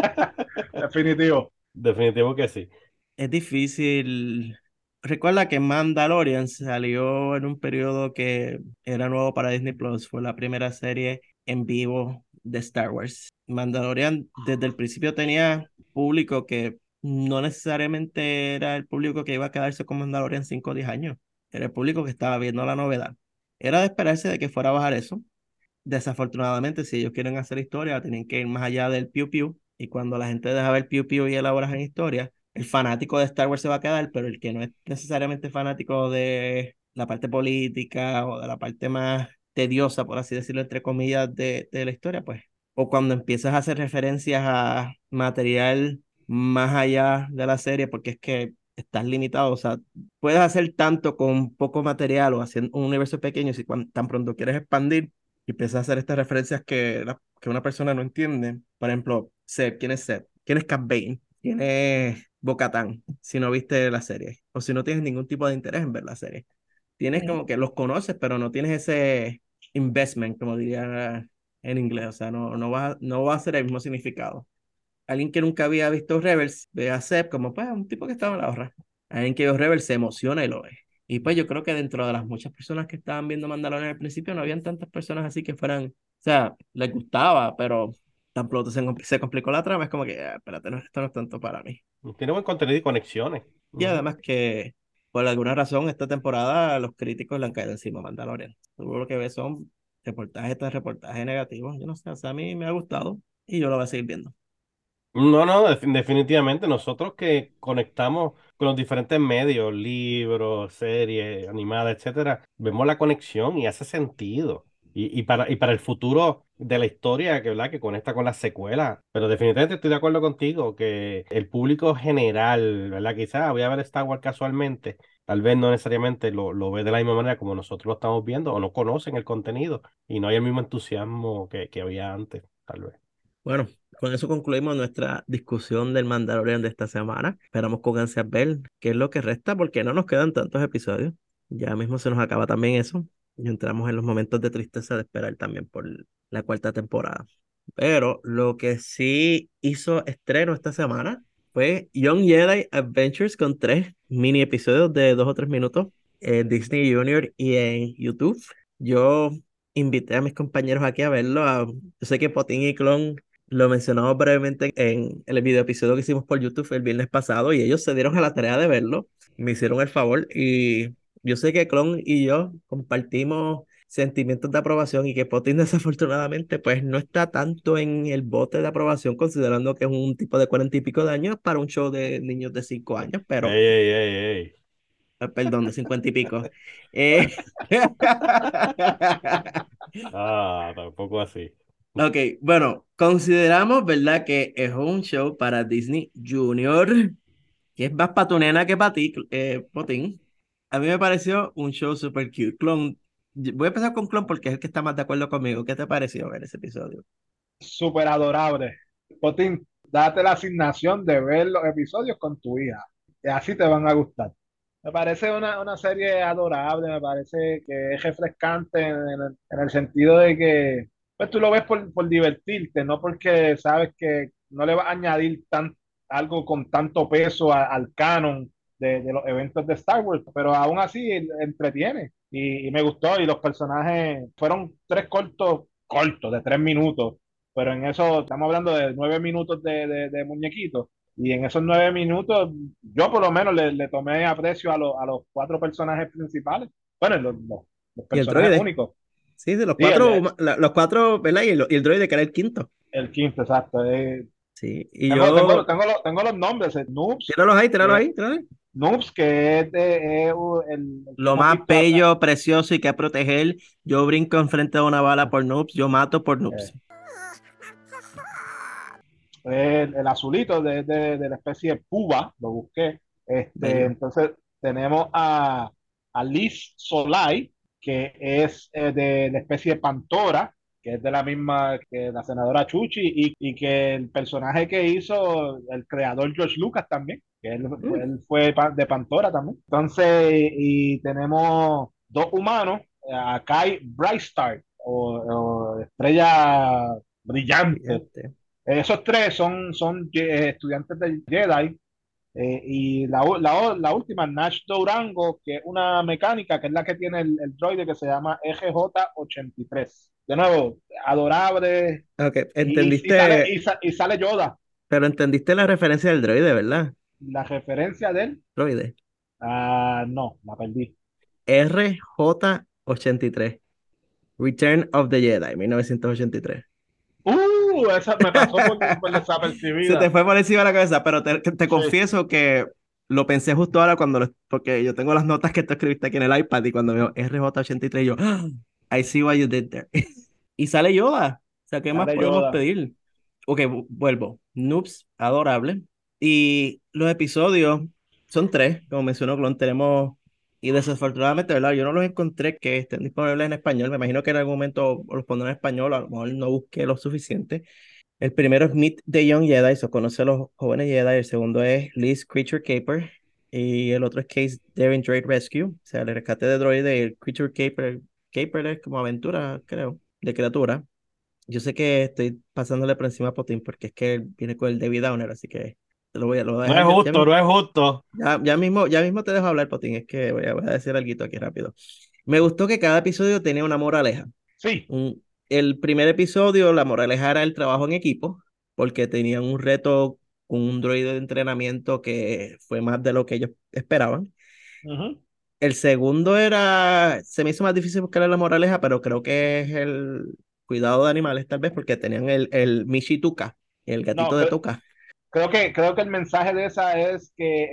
Definitivo. definitivo que sí. Es difícil. Recuerda que Mandalorian salió en un periodo que era nuevo para Disney Plus. Fue la primera serie en vivo de Star Wars. Mandalorian desde el principio tenía público que no necesariamente era el público que iba a quedarse con Mandalorian 5 o 10 años. Era el público que estaba viendo la novedad. Era de esperarse de que fuera a bajar eso. Desafortunadamente, si ellos quieren hacer historia, tienen que ir más allá del piu piu. Y cuando la gente deja ver piu piu y elaboras en historia, el fanático de Star Wars se va a quedar, pero el que no es necesariamente fanático de la parte política o de la parte más tediosa, por así decirlo, entre comillas, de la historia, pues. O cuando empiezas a hacer referencias a material más allá de la serie, porque es que estás limitado, o sea, puedes hacer tanto con poco material o haciendo un universo pequeño si tan pronto quieres expandir y empieza a hacer estas referencias que una persona no entiende. Por ejemplo, Seb, ¿quién es Seb? ¿Quién es Cat Bane? ¿Quién es Bo-Katan? Si no viste la serie o si no tienes ningún tipo de interés en ver la serie. Tienes como que los conoces, pero no tienes ese investment, como diría en inglés. O sea, no va a ser el mismo significado. Alguien que nunca había visto Rebels ve a Seb como pues un tipo que estaba en la horra. Alguien que vio Rebels se emociona y lo ve. Y pues yo creo que dentro de las muchas personas que estaban viendo Mandalorian al principio no habían tantas personas así que fueran, o sea, les gustaba, pero tan pronto se complicó la trama, es como que, espérate, no, esto no es tanto para mí. Tiene buen contenido y conexiones. Y Ujú. además que por alguna razón esta temporada los críticos le han caído encima a Mandalorian. Todo lo que ves son reportajes tras reportajes negativos. Yo no sé, o sea, a mí me ha gustado y yo lo voy a seguir viendo. No, no, definitivamente. Nosotros que conectamos con los diferentes medios, libros, series, animadas, etcétera, vemos la conexión y hace sentido. Y para el futuro de la historia, que, ¿verdad? Que conecta con las secuelas. Pero definitivamente estoy de acuerdo contigo que el público general, ¿verdad? Quizás voy a ver Star Wars casualmente, tal vez no necesariamente lo ve de la misma manera como nosotros lo estamos viendo o no conocen el contenido y no hay el mismo entusiasmo que había antes, tal vez. Bueno, con eso concluimos nuestra discusión del Mandalorian de esta semana. Esperamos con ansias ver qué es lo que resta, porque no nos quedan tantos episodios. Ya mismo se nos acaba también eso. Y entramos en los momentos de tristeza de esperar también por la cuarta temporada. Pero lo que sí hizo estreno esta semana fue Young Jedi Adventures con 3 mini episodios de 2 o 3 minutos. en Disney Junior y en YouTube. Yo invité a mis compañeros aquí a verlo. Yo sé que Potín y Clon lo mencionamos brevemente en el video episodio que hicimos por YouTube el viernes pasado y ellos se dieron a la tarea de verlo. Me hicieron el favor y yo sé que Clon y yo compartimos sentimientos de aprobación y que Potín desafortunadamente pues no está tanto en el bote de aprobación considerando que es un tipo de 40 y pico de años para un show de niños de 5 años, pero Ey, ey, ey, ey. perdón, de 50 y pico. Eh, Tampoco así. Ok, bueno, consideramos, ¿verdad? Que es un show para Disney Junior, que es más para tu nena que para ti, Potín. A mí me pareció un show super cute. Clon, voy a empezar con Clon porque es el que está más de acuerdo conmigo. ¿Qué te pareció ver ese episodio? Súper adorable. Potín, date la asignación de ver los episodios con tu hija. Y así te van a gustar. Me parece una serie adorable, me parece que es refrescante en el sentido de que pues, tú lo ves por divertirte, no porque sabes que no le vas a añadir algo con tanto peso al canon de los eventos de Star Wars, pero aún así entretiene y me gustó y los personajes fueron tres cortos de 3 minutos, pero en eso estamos hablando de 9 minutos de muñequitos. Y en esos 9 minutos, yo por lo menos le tomé aprecio a los cuatro personajes principales. Bueno, los Y el personajes droide. únicos. Sí, de los Sí, cuatro, los cuatro, ¿verdad? Y el droide que era el quinto. el quinto, exacto. Sí, y Tengo, yo, tengo los nombres. tíralos ahí, tíralos ahí. Noobs, que es el que Lo hemos más visto hasta bello, precioso y que proteger. Yo brinco enfrente de una bala por noobs, yo mato por noobs. eh, el azulito de la especie Puba, lo busqué. Bello. Entonces tenemos a Liz Solai, que es de la especie Pantora, que es de la misma que la senadora Chuchi, y que el personaje que hizo el creador George Lucas también, que Mm, él fue de Pantora también. Entonces, y tenemos dos humanos, a Kai Brightstar, o estrella brillante. fíjate. Esos tres son estudiantes de Jedi. Y la última, Nash Dourango, que es una mecánica, que es la que tiene el droide que se llama EGJ-83. De nuevo, adorable. Ok, Y sale Yoda, pero entendiste la referencia del droide, ¿verdad? la referencia de él. Droide. No, la perdí. RJ-83. Return of the Jedi, 1983. Esa me pasó por Se te desapercibida. fue por encima de la cabeza, pero te Sí, confieso que lo pensé justo ahora porque yo tengo las notas que tú escribiste aquí en el iPad y cuando veo RJ-83 yo, "Ah, I see what you did there." Y sale Yoda. O sea, ¿qué más sale podemos Yoda. pedir? Ok, vuelvo. Noobs, adorable. Y los episodios son tres, como mencionó Clon, tenemos, y desafortunadamente, ¿verdad? Yo no los encontré que estén disponibles en español. Me imagino que en algún momento los pondrán en español, a lo mejor no busqué lo suficiente. El primero es Meet the Young Jedi, se conoce a los jóvenes Jedi. El segundo es Liz Creature Caper. Y el otro es Case Daring Droid Rescue. O sea, el rescate de droide y el Creature Caper. Caper es como aventura, creo, de criatura. Yo sé que estoy pasándole por encima a Potín porque es que él viene con el David Downer, así que lo voy a No dejar. es justo, no es justo. Ya mismo te dejo hablar, Potín. Es que voy a decir algo aquí rápido. Me gustó que cada episodio tenía una moraleja. Sí. El primer episodio, la moraleja era el trabajo en equipo, porque tenían un reto con un droide de entrenamiento que fue más de lo que ellos esperaban. Ujú. El segundo se me hizo más difícil buscar la moraleja, pero creo que es el cuidado de animales, tal vez, porque tenían el Mishi Tuca, el gatito No, de Tuca. creo que el mensaje de esa es que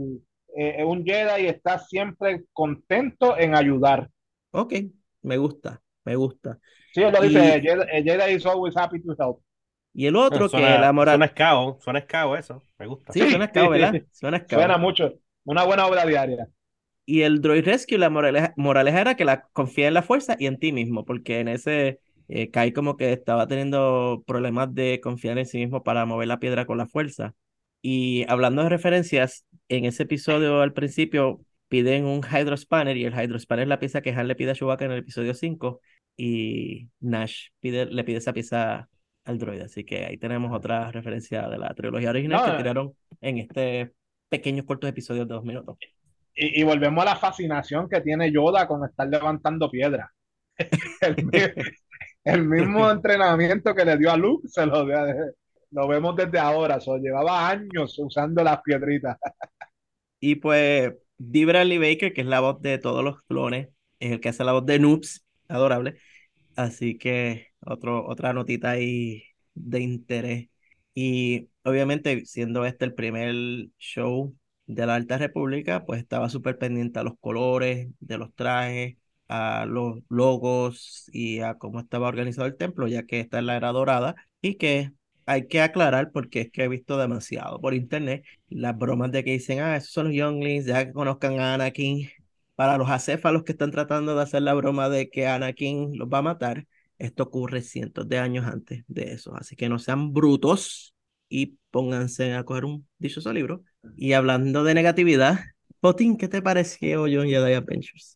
un Jedi está siempre contento en ayudar. Ok, me gusta, me gusta. Sí, él lo dice, Y, a Jedi is always happy to help. y el otro que la Suena moral, escao, suena escao eso. Me gusta. sí, suena Sí, escao, ¿verdad? Suena suena escao. mucho. Una buena obra diaria. Y el Droid Rescue, la moraleja era que confía en la fuerza y en ti mismo, porque en ese Kai como que estaba teniendo problemas de confiar en sí mismo para mover la piedra con la fuerza. Y hablando de referencias, en ese episodio al principio piden un Hydro Spanner y el Hydro Spanner es la pieza que Han le pide a Chewbacca en el episodio 5 y Nash le pide esa pieza al droide. Así que ahí tenemos otra referencia de la trilogía original que No, tiraron en este pequeños cortos episodios de 2 minutos. y volvemos a la fascinación que tiene Yoda con estar levantando piedras. El, el mismo entrenamiento que le dio a Luke, lo vemos desde ahora. Llevaba años usando las piedritas. Y pues Dee Bradley Baker, que es la voz de todos los clones, es el que hace la voz de Noobs, adorable. Así que otra notita ahí de interés. Y obviamente, siendo este el primer show de la Alta República, pues estaba súper pendiente a los colores de los trajes, a los logos y a cómo estaba organizado el templo, ya que esta es la era dorada y que hay que aclarar porque es que he visto demasiado por internet las bromas de que dicen, esos son los younglings, ya que conozcan a Anakin. Para los acéfalos que están tratando de hacer la broma de que Anakin los va a matar, esto ocurre cientos de años antes de eso. Así que no sean brutos y pónganse a coger un dichoso libro. Y hablando de negatividad, Potín, ¿qué te pareció John Jedi Adventures?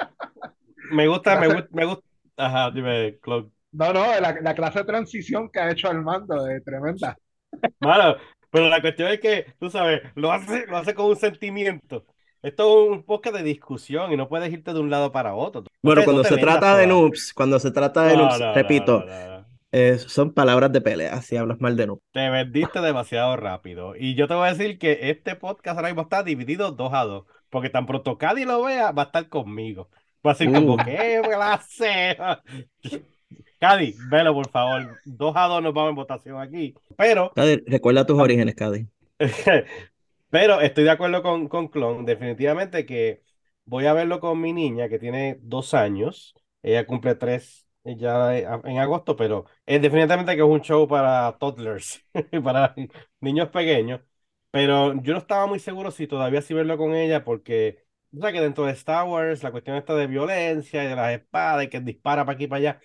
Me gusta, me Clase- gusta, me gusta. Ajá, dime, Claude. no, no, la clase de transición que ha hecho Armando es tremenda. Mano, pero la cuestión es que, tú sabes, lo hace con un sentimiento. Esto es un podcast de discusión y no puedes irte de un lado para otro. No Bueno, te, no te vendas cuando se trata de No, noobs, no, no, no, repito, no. son palabras de pelea si hablas mal de noobs. Te vendiste demasiado rápido. Y yo te voy a decir que este podcast ahora mismo está dividido 2-2. Porque tan pronto Cady lo vea, va a estar conmigo. Va a decir como, Uh, ¿qué clase? Cady, velo por favor. 2-2 nos vamos en votación aquí. Pero Cady, recuerda tus orígenes, Cady. Pero estoy de acuerdo con Clon, definitivamente que voy a verlo con mi niña que tiene 2 años. Ella cumple 3 ya en agosto, pero es definitivamente que es un show para toddlers, para niños pequeños. Pero yo no estaba muy seguro si todavía sí verlo con ella, porque o sea que dentro de Star Wars la cuestión está de violencia y de las espadas y que dispara para aquí y para allá.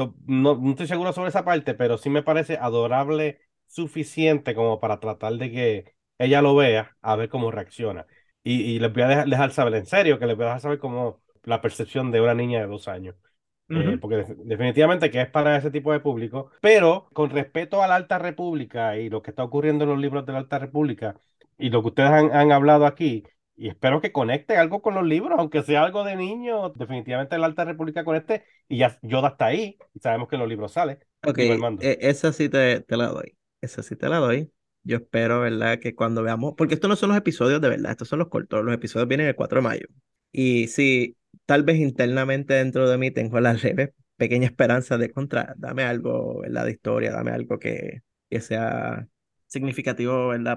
No estoy seguro sobre esa parte, pero sí me parece adorable suficiente como para tratar de que ella lo vea, a ver cómo reacciona. Y les voy a dejar saber, en serio, que les voy a dejar saber cómo la percepción de una niña de 2 años. Ujú, Porque definitivamente que es para ese tipo de público, pero con respeto a la Alta República y lo que está ocurriendo en los libros de la Alta República y lo que ustedes han hablado aquí, y espero que conecte algo con los libros, aunque sea algo de niño, definitivamente la Alta República conecte y ya Yoda está ahí y sabemos que en los libros sale. Ok, Dime, Armando. esa sí te la doy. Esa sí te la doy. Yo espero, ¿verdad? Que cuando veamos, porque estos no son los episodios de verdad, estos son los cortos. Los episodios vienen el 4 de mayo. Y sí, tal vez internamente dentro de mí tengo la leve, pequeña esperanza de contra, dame algo, ¿verdad? De historia, dame algo que sea significativo, ¿verdad?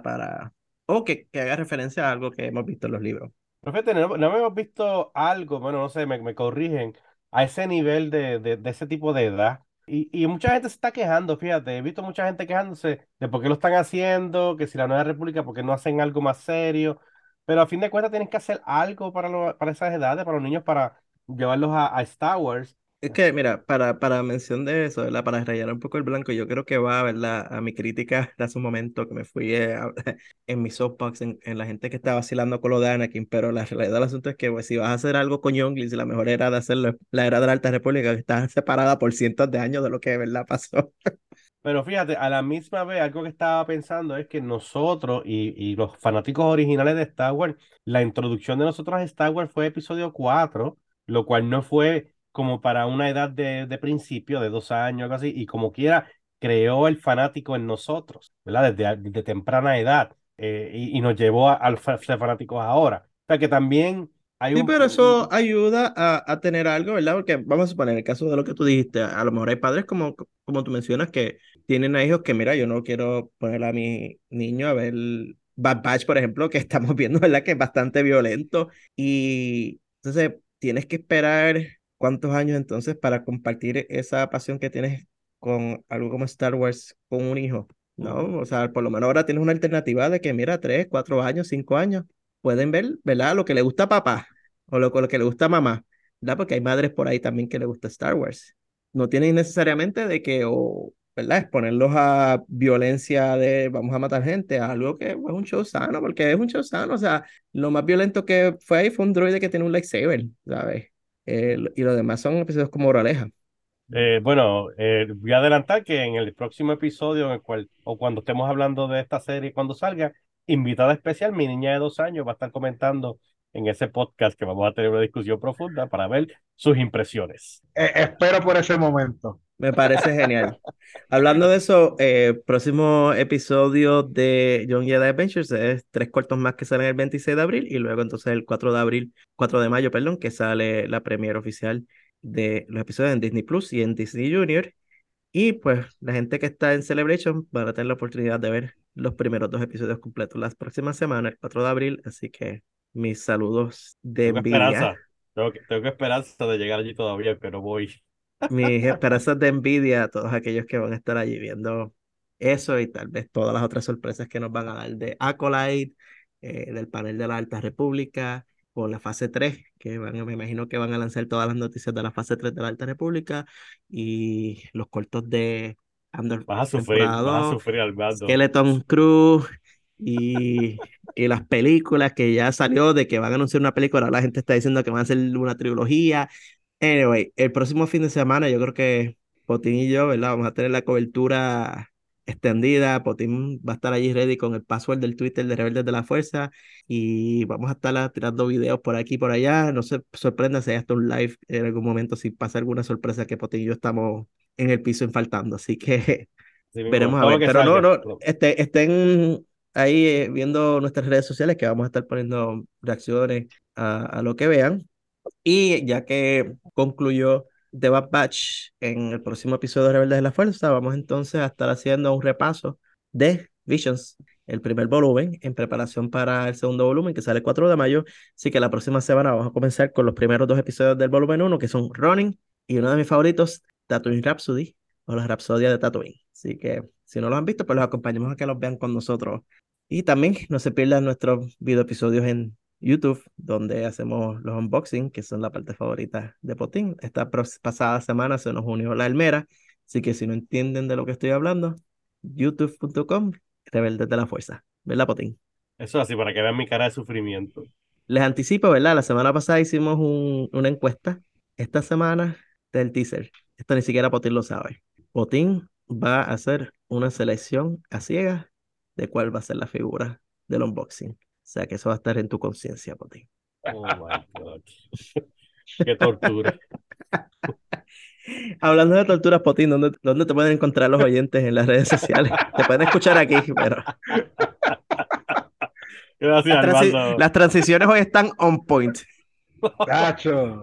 O que haga referencia a algo que hemos visto en los libros. Profeta, no hemos visto algo, bueno, no sé, me corrigen, a ese nivel de ese tipo de edad. Y mucha gente se está quejando, fíjate, he visto mucha gente quejándose de por qué lo están haciendo, que si la Nueva República, por qué no hacen algo más serio. Pero a fin de cuentas tienen que hacer algo para esas edades, para los niños, para llevarlos a Star Wars. Es que, mira, para mención de eso, ¿verdad? Para rayar un poco el blanco, yo creo que va, ¿verdad? A mi crítica de hace un momento que me fui en mi soapbox, en la gente que está vacilando con lo de Anakin, pero la realidad del asunto es que pues, si vas a hacer algo con Younglings, la mejor era de hacerlo es la era de la Alta República, que está separada por cientos de años de lo que de verdad pasó. Pero fíjate, a la misma vez, algo que estaba pensando es que nosotros y los fanáticos originales de Star Wars, la introducción de nosotros a Star Wars fue episodio 4, lo cual no fue como para una edad de principio, de 2 años, algo así, y como quiera, creó el fanático en nosotros, ¿verdad? Desde temprana edad, y nos llevó ser fanáticos ahora. O sea que también hay Sí, un... pero eso ayuda a tener algo, ¿verdad? Porque vamos a suponer, en el caso de lo que tú dijiste, a lo mejor hay padres como tú mencionas que tienen a hijos que, mira, yo no quiero poner a mi niño a ver Bad Batch, por ejemplo, que estamos viendo, ¿verdad? Que es bastante violento. Y entonces tienes que esperar cuántos años entonces para compartir esa pasión que tienes con algo como Star Wars con un hijo, Ujú. ¿no? O sea, por lo menos ahora tienes una alternativa de que, mira, 3, 4 años, 5 años, pueden ver, ¿verdad? Lo que le gusta a papá o lo que le gusta a mamá, ¿verdad? Porque hay madres por ahí también que le gusta Star Wars. No tienen necesariamente de que, ¿verdad? Exponerlos a violencia de vamos a matar gente, a algo que es un show sano, porque es un show sano, o sea, lo más violento que fue ahí fue un droide que tiene un lightsaber, ¿sabes? Y lo demás son episodios como Moraleja. Bueno, voy a adelantar que en el próximo episodio, en el cual, o cuando estemos hablando de esta serie, cuando salga, invitada especial, mi niña de 2 años va a estar comentando en ese podcast que vamos a tener una discusión profunda para ver sus impresiones. Espero por ese momento. Me parece genial. Hablando de eso, próximo episodio de Young Jedi Adventures es tres cortos más que salen el 26 de abril y luego entonces el 4 de abril, 4 de mayo, perdón, que sale la premiere oficial de los episodios en Disney Plus y en Disney Junior. Y pues la gente que está en Celebration van a tener la oportunidad de ver los primeros dos episodios completos las próximas semanas, el 4 de abril, así que mis saludos de Tengo envidia. esperanza, tengo esperanza de llegar allí todavía, pero voy. Mis esperanzas de envidia a todos aquellos que van a estar allí viendo eso y tal vez todas las otras sorpresas que nos van a dar de Acolyte, del panel de la Alta República, con la fase 3 que me imagino que van a lanzar todas las noticias de la fase 3 de la Alta República y los cortos de Andor temporada Vas a 2, sufrir, Armando. Skeleton Crew y las películas que ya salió de que van a anunciar una película, ahora la gente está diciendo que van a hacer una trilogía. Anyway, el próximo fin de semana yo creo que Potín y yo, ¿verdad? Vamos a tener la cobertura extendida. Potín va a estar allí ready con el password del Twitter de Rebeldes de la Fuerza y vamos a estar tirando videos por aquí y por allá. No se sorprenda si hay hasta un live en algún momento si pasa alguna sorpresa que Potín y yo estamos en el piso infaltando. Así que Así mismo, veremos a todo lo ver. que Pero no, salga. no, estén ahí viendo nuestras redes sociales que vamos a estar poniendo reacciones a lo que vean. Y ya que concluyó The Bad Batch en el próximo episodio de Rebeldes de la Fuerza, vamos entonces a estar haciendo un repaso de Visions, el primer volumen, en preparación para el segundo volumen que sale el 4 de mayo. Así que la próxima semana vamos a comenzar con los primeros dos episodios del volumen uno que son Running y uno de mis favoritos, Tatooine Rhapsody, o la Rapsodia de Tatooine. Así que si no los han visto, pues los acompañamos a que los vean con nosotros. Y también no se pierdan nuestros video episodios en YouTube, donde hacemos los unboxing, que son la parte favorita de Potín. Esta pasada semana se nos unió la Almera, así que si no entienden de lo que estoy hablando, youtube.com, Rebeldes de la Fuerza. ¿Verdad, Potín? Eso así, para que vean mi cara de sufrimiento. Les anticipo, ¿verdad? La semana pasada hicimos una encuesta. Esta semana del teaser. Esto ni siquiera Potín lo sabe. Potín va a hacer una selección a ciegas de cuál va a ser la figura del unboxing. O sea que eso va a estar en tu conciencia, Potín. Oh my God. Qué tortura. Hablando de torturas, Potín, ¿dónde te pueden encontrar los oyentes en las redes sociales? Te pueden escuchar aquí, pero Gracias, Armando. las transiciones hoy están on point. Tacho.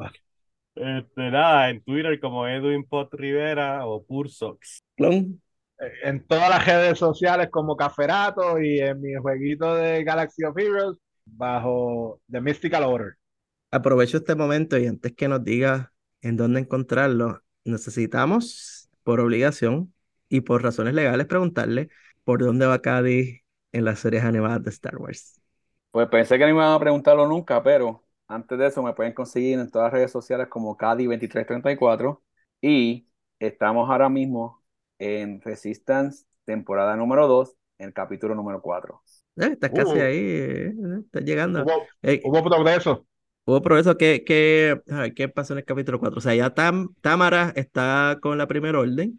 Nada, en Twitter como Edwin Pot Rivera o Pursox. Clon. En todas las redes sociales como Caferato y en mi jueguito de Galaxy of Heroes bajo The Mystical Order. Aprovecho este momento y antes que nos diga en dónde encontrarlo, necesitamos, por obligación y por razones legales, preguntarle por dónde va Cady en las series animadas de Star Wars. Pues pensé que no me iban a preguntarlo nunca, pero antes de eso me pueden conseguir en todas las redes sociales como Cadi2334 y estamos ahora mismo en Resistance, temporada número 2, en el capítulo número 4. Estás casi ahí, estás llegando. Hubo, Eh, hubo progreso. Hubo progreso. ¿Qué pasó en el capítulo 4? O sea, ya Tamara está con la primera orden.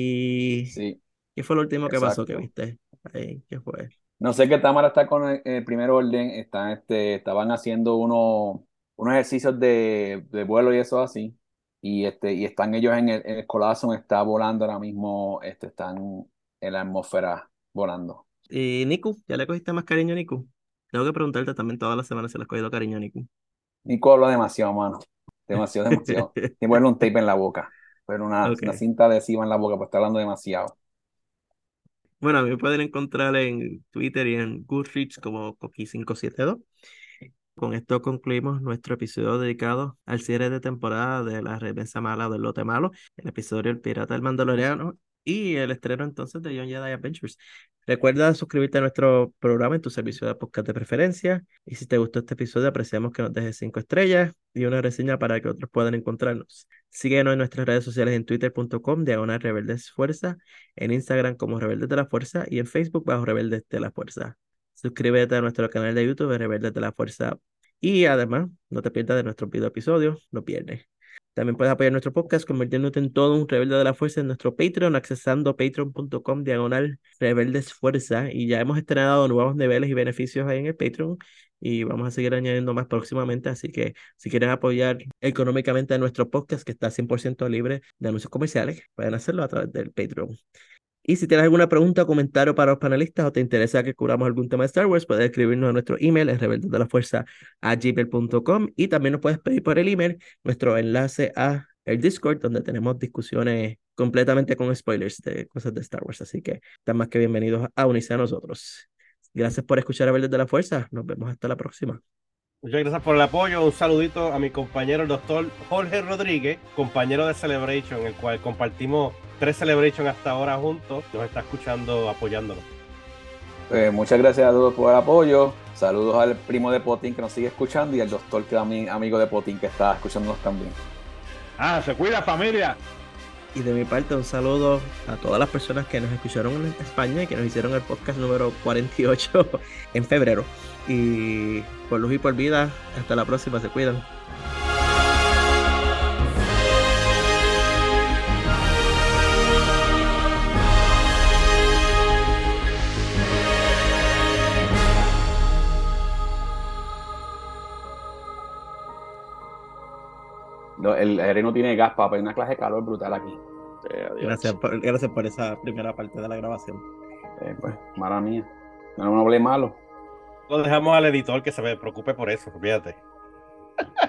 ¿Y Sí, qué fue lo último que pasó que exacto. viste? Ahí, ¿qué fue? No sé qué Tamara está con el primer orden, estaban haciendo unos ejercicios de vuelo y eso así, y están ellos en el Colosseum, está volando ahora mismo, están en la atmósfera volando. ¿Y Niku? ¿Ya le cogiste más cariño a Niku? Tengo que preguntarte también todas las semanas si le has cogido cariño a Niku. Nico habla demasiado, mano, demasiado, demasiado. Tiene que ponerle un tape en la boca, pero una Ok. cinta adhesiva en la boca, pues está hablando demasiado. Bueno, a mí me pueden encontrar en Twitter y en Goodreads como Coqui572. Con esto concluimos nuestro episodio dedicado al cierre de temporada de La Remesa Mala del Lote Malo, el episodio El Pirata del Mandaloriano y el estreno entonces de Young Jedi Adventures. Recuerda suscribirte a nuestro programa en tu servicio de podcast de preferencia y si te gustó este episodio apreciamos que nos dejes 5 estrellas y una reseña para que otros puedan encontrarnos. Síguenos en nuestras redes sociales en twitter.com/rebeldes fuerza, en Instagram como Rebeldes de la Fuerza y en Facebook bajo Rebeldes de la Fuerza. Suscríbete a nuestro canal de YouTube de Rebeldes de la Fuerza y además, no te pierdas de nuestros video episodios los viernes. También puedes apoyar nuestro podcast convirtiéndote en todo un rebelde de la fuerza en nuestro Patreon, accesando patreon.com/rebeldes fuerza. Y ya hemos estrenado nuevos niveles y beneficios ahí en el Patreon y vamos a seguir añadiendo más próximamente. Así que si quieren apoyar económicamente a nuestro podcast, que está 100% libre de anuncios comerciales, pueden hacerlo a través del Patreon. Y si tienes alguna pregunta o comentario para los panelistas o te interesa que cubramos algún tema de Star Wars, puedes escribirnos a nuestro email en rebeldesdelafuerza@gmail.com y también nos puedes pedir por el email nuestro enlace a el Discord, donde tenemos discusiones completamente con spoilers de cosas de Star Wars. Así que están más que bienvenidos a unirse a nosotros. Gracias por escuchar Rebeldes de la Fuerza. Nos vemos hasta la próxima. Muchas gracias por el apoyo. Un saludito a mi compañero, el doctor Jorge Rodríguez, compañero de Celebration, el cual compartimos 3 Celebration hasta ahora juntos. Nos está escuchando, apoyándonos. Muchas gracias a todos por el apoyo. Saludos al primo de Potín que nos sigue escuchando y al doctor que es amigo de Potín que está escuchándonos también. Se cuida, familia. Y de mi parte, un saludo a todas las personas que nos escucharon en España y que nos hicieron el podcast número 48 en febrero. Y por luz y por vida, hasta la próxima, se cuidan. No, el aire no tiene gas, papá. Hay una clase de calor brutal aquí. Gracias por esa primera parte de la grabación. Pues, mala mía. No hablé malo. Lo dejamos al editor que se preocupe por eso, fíjate.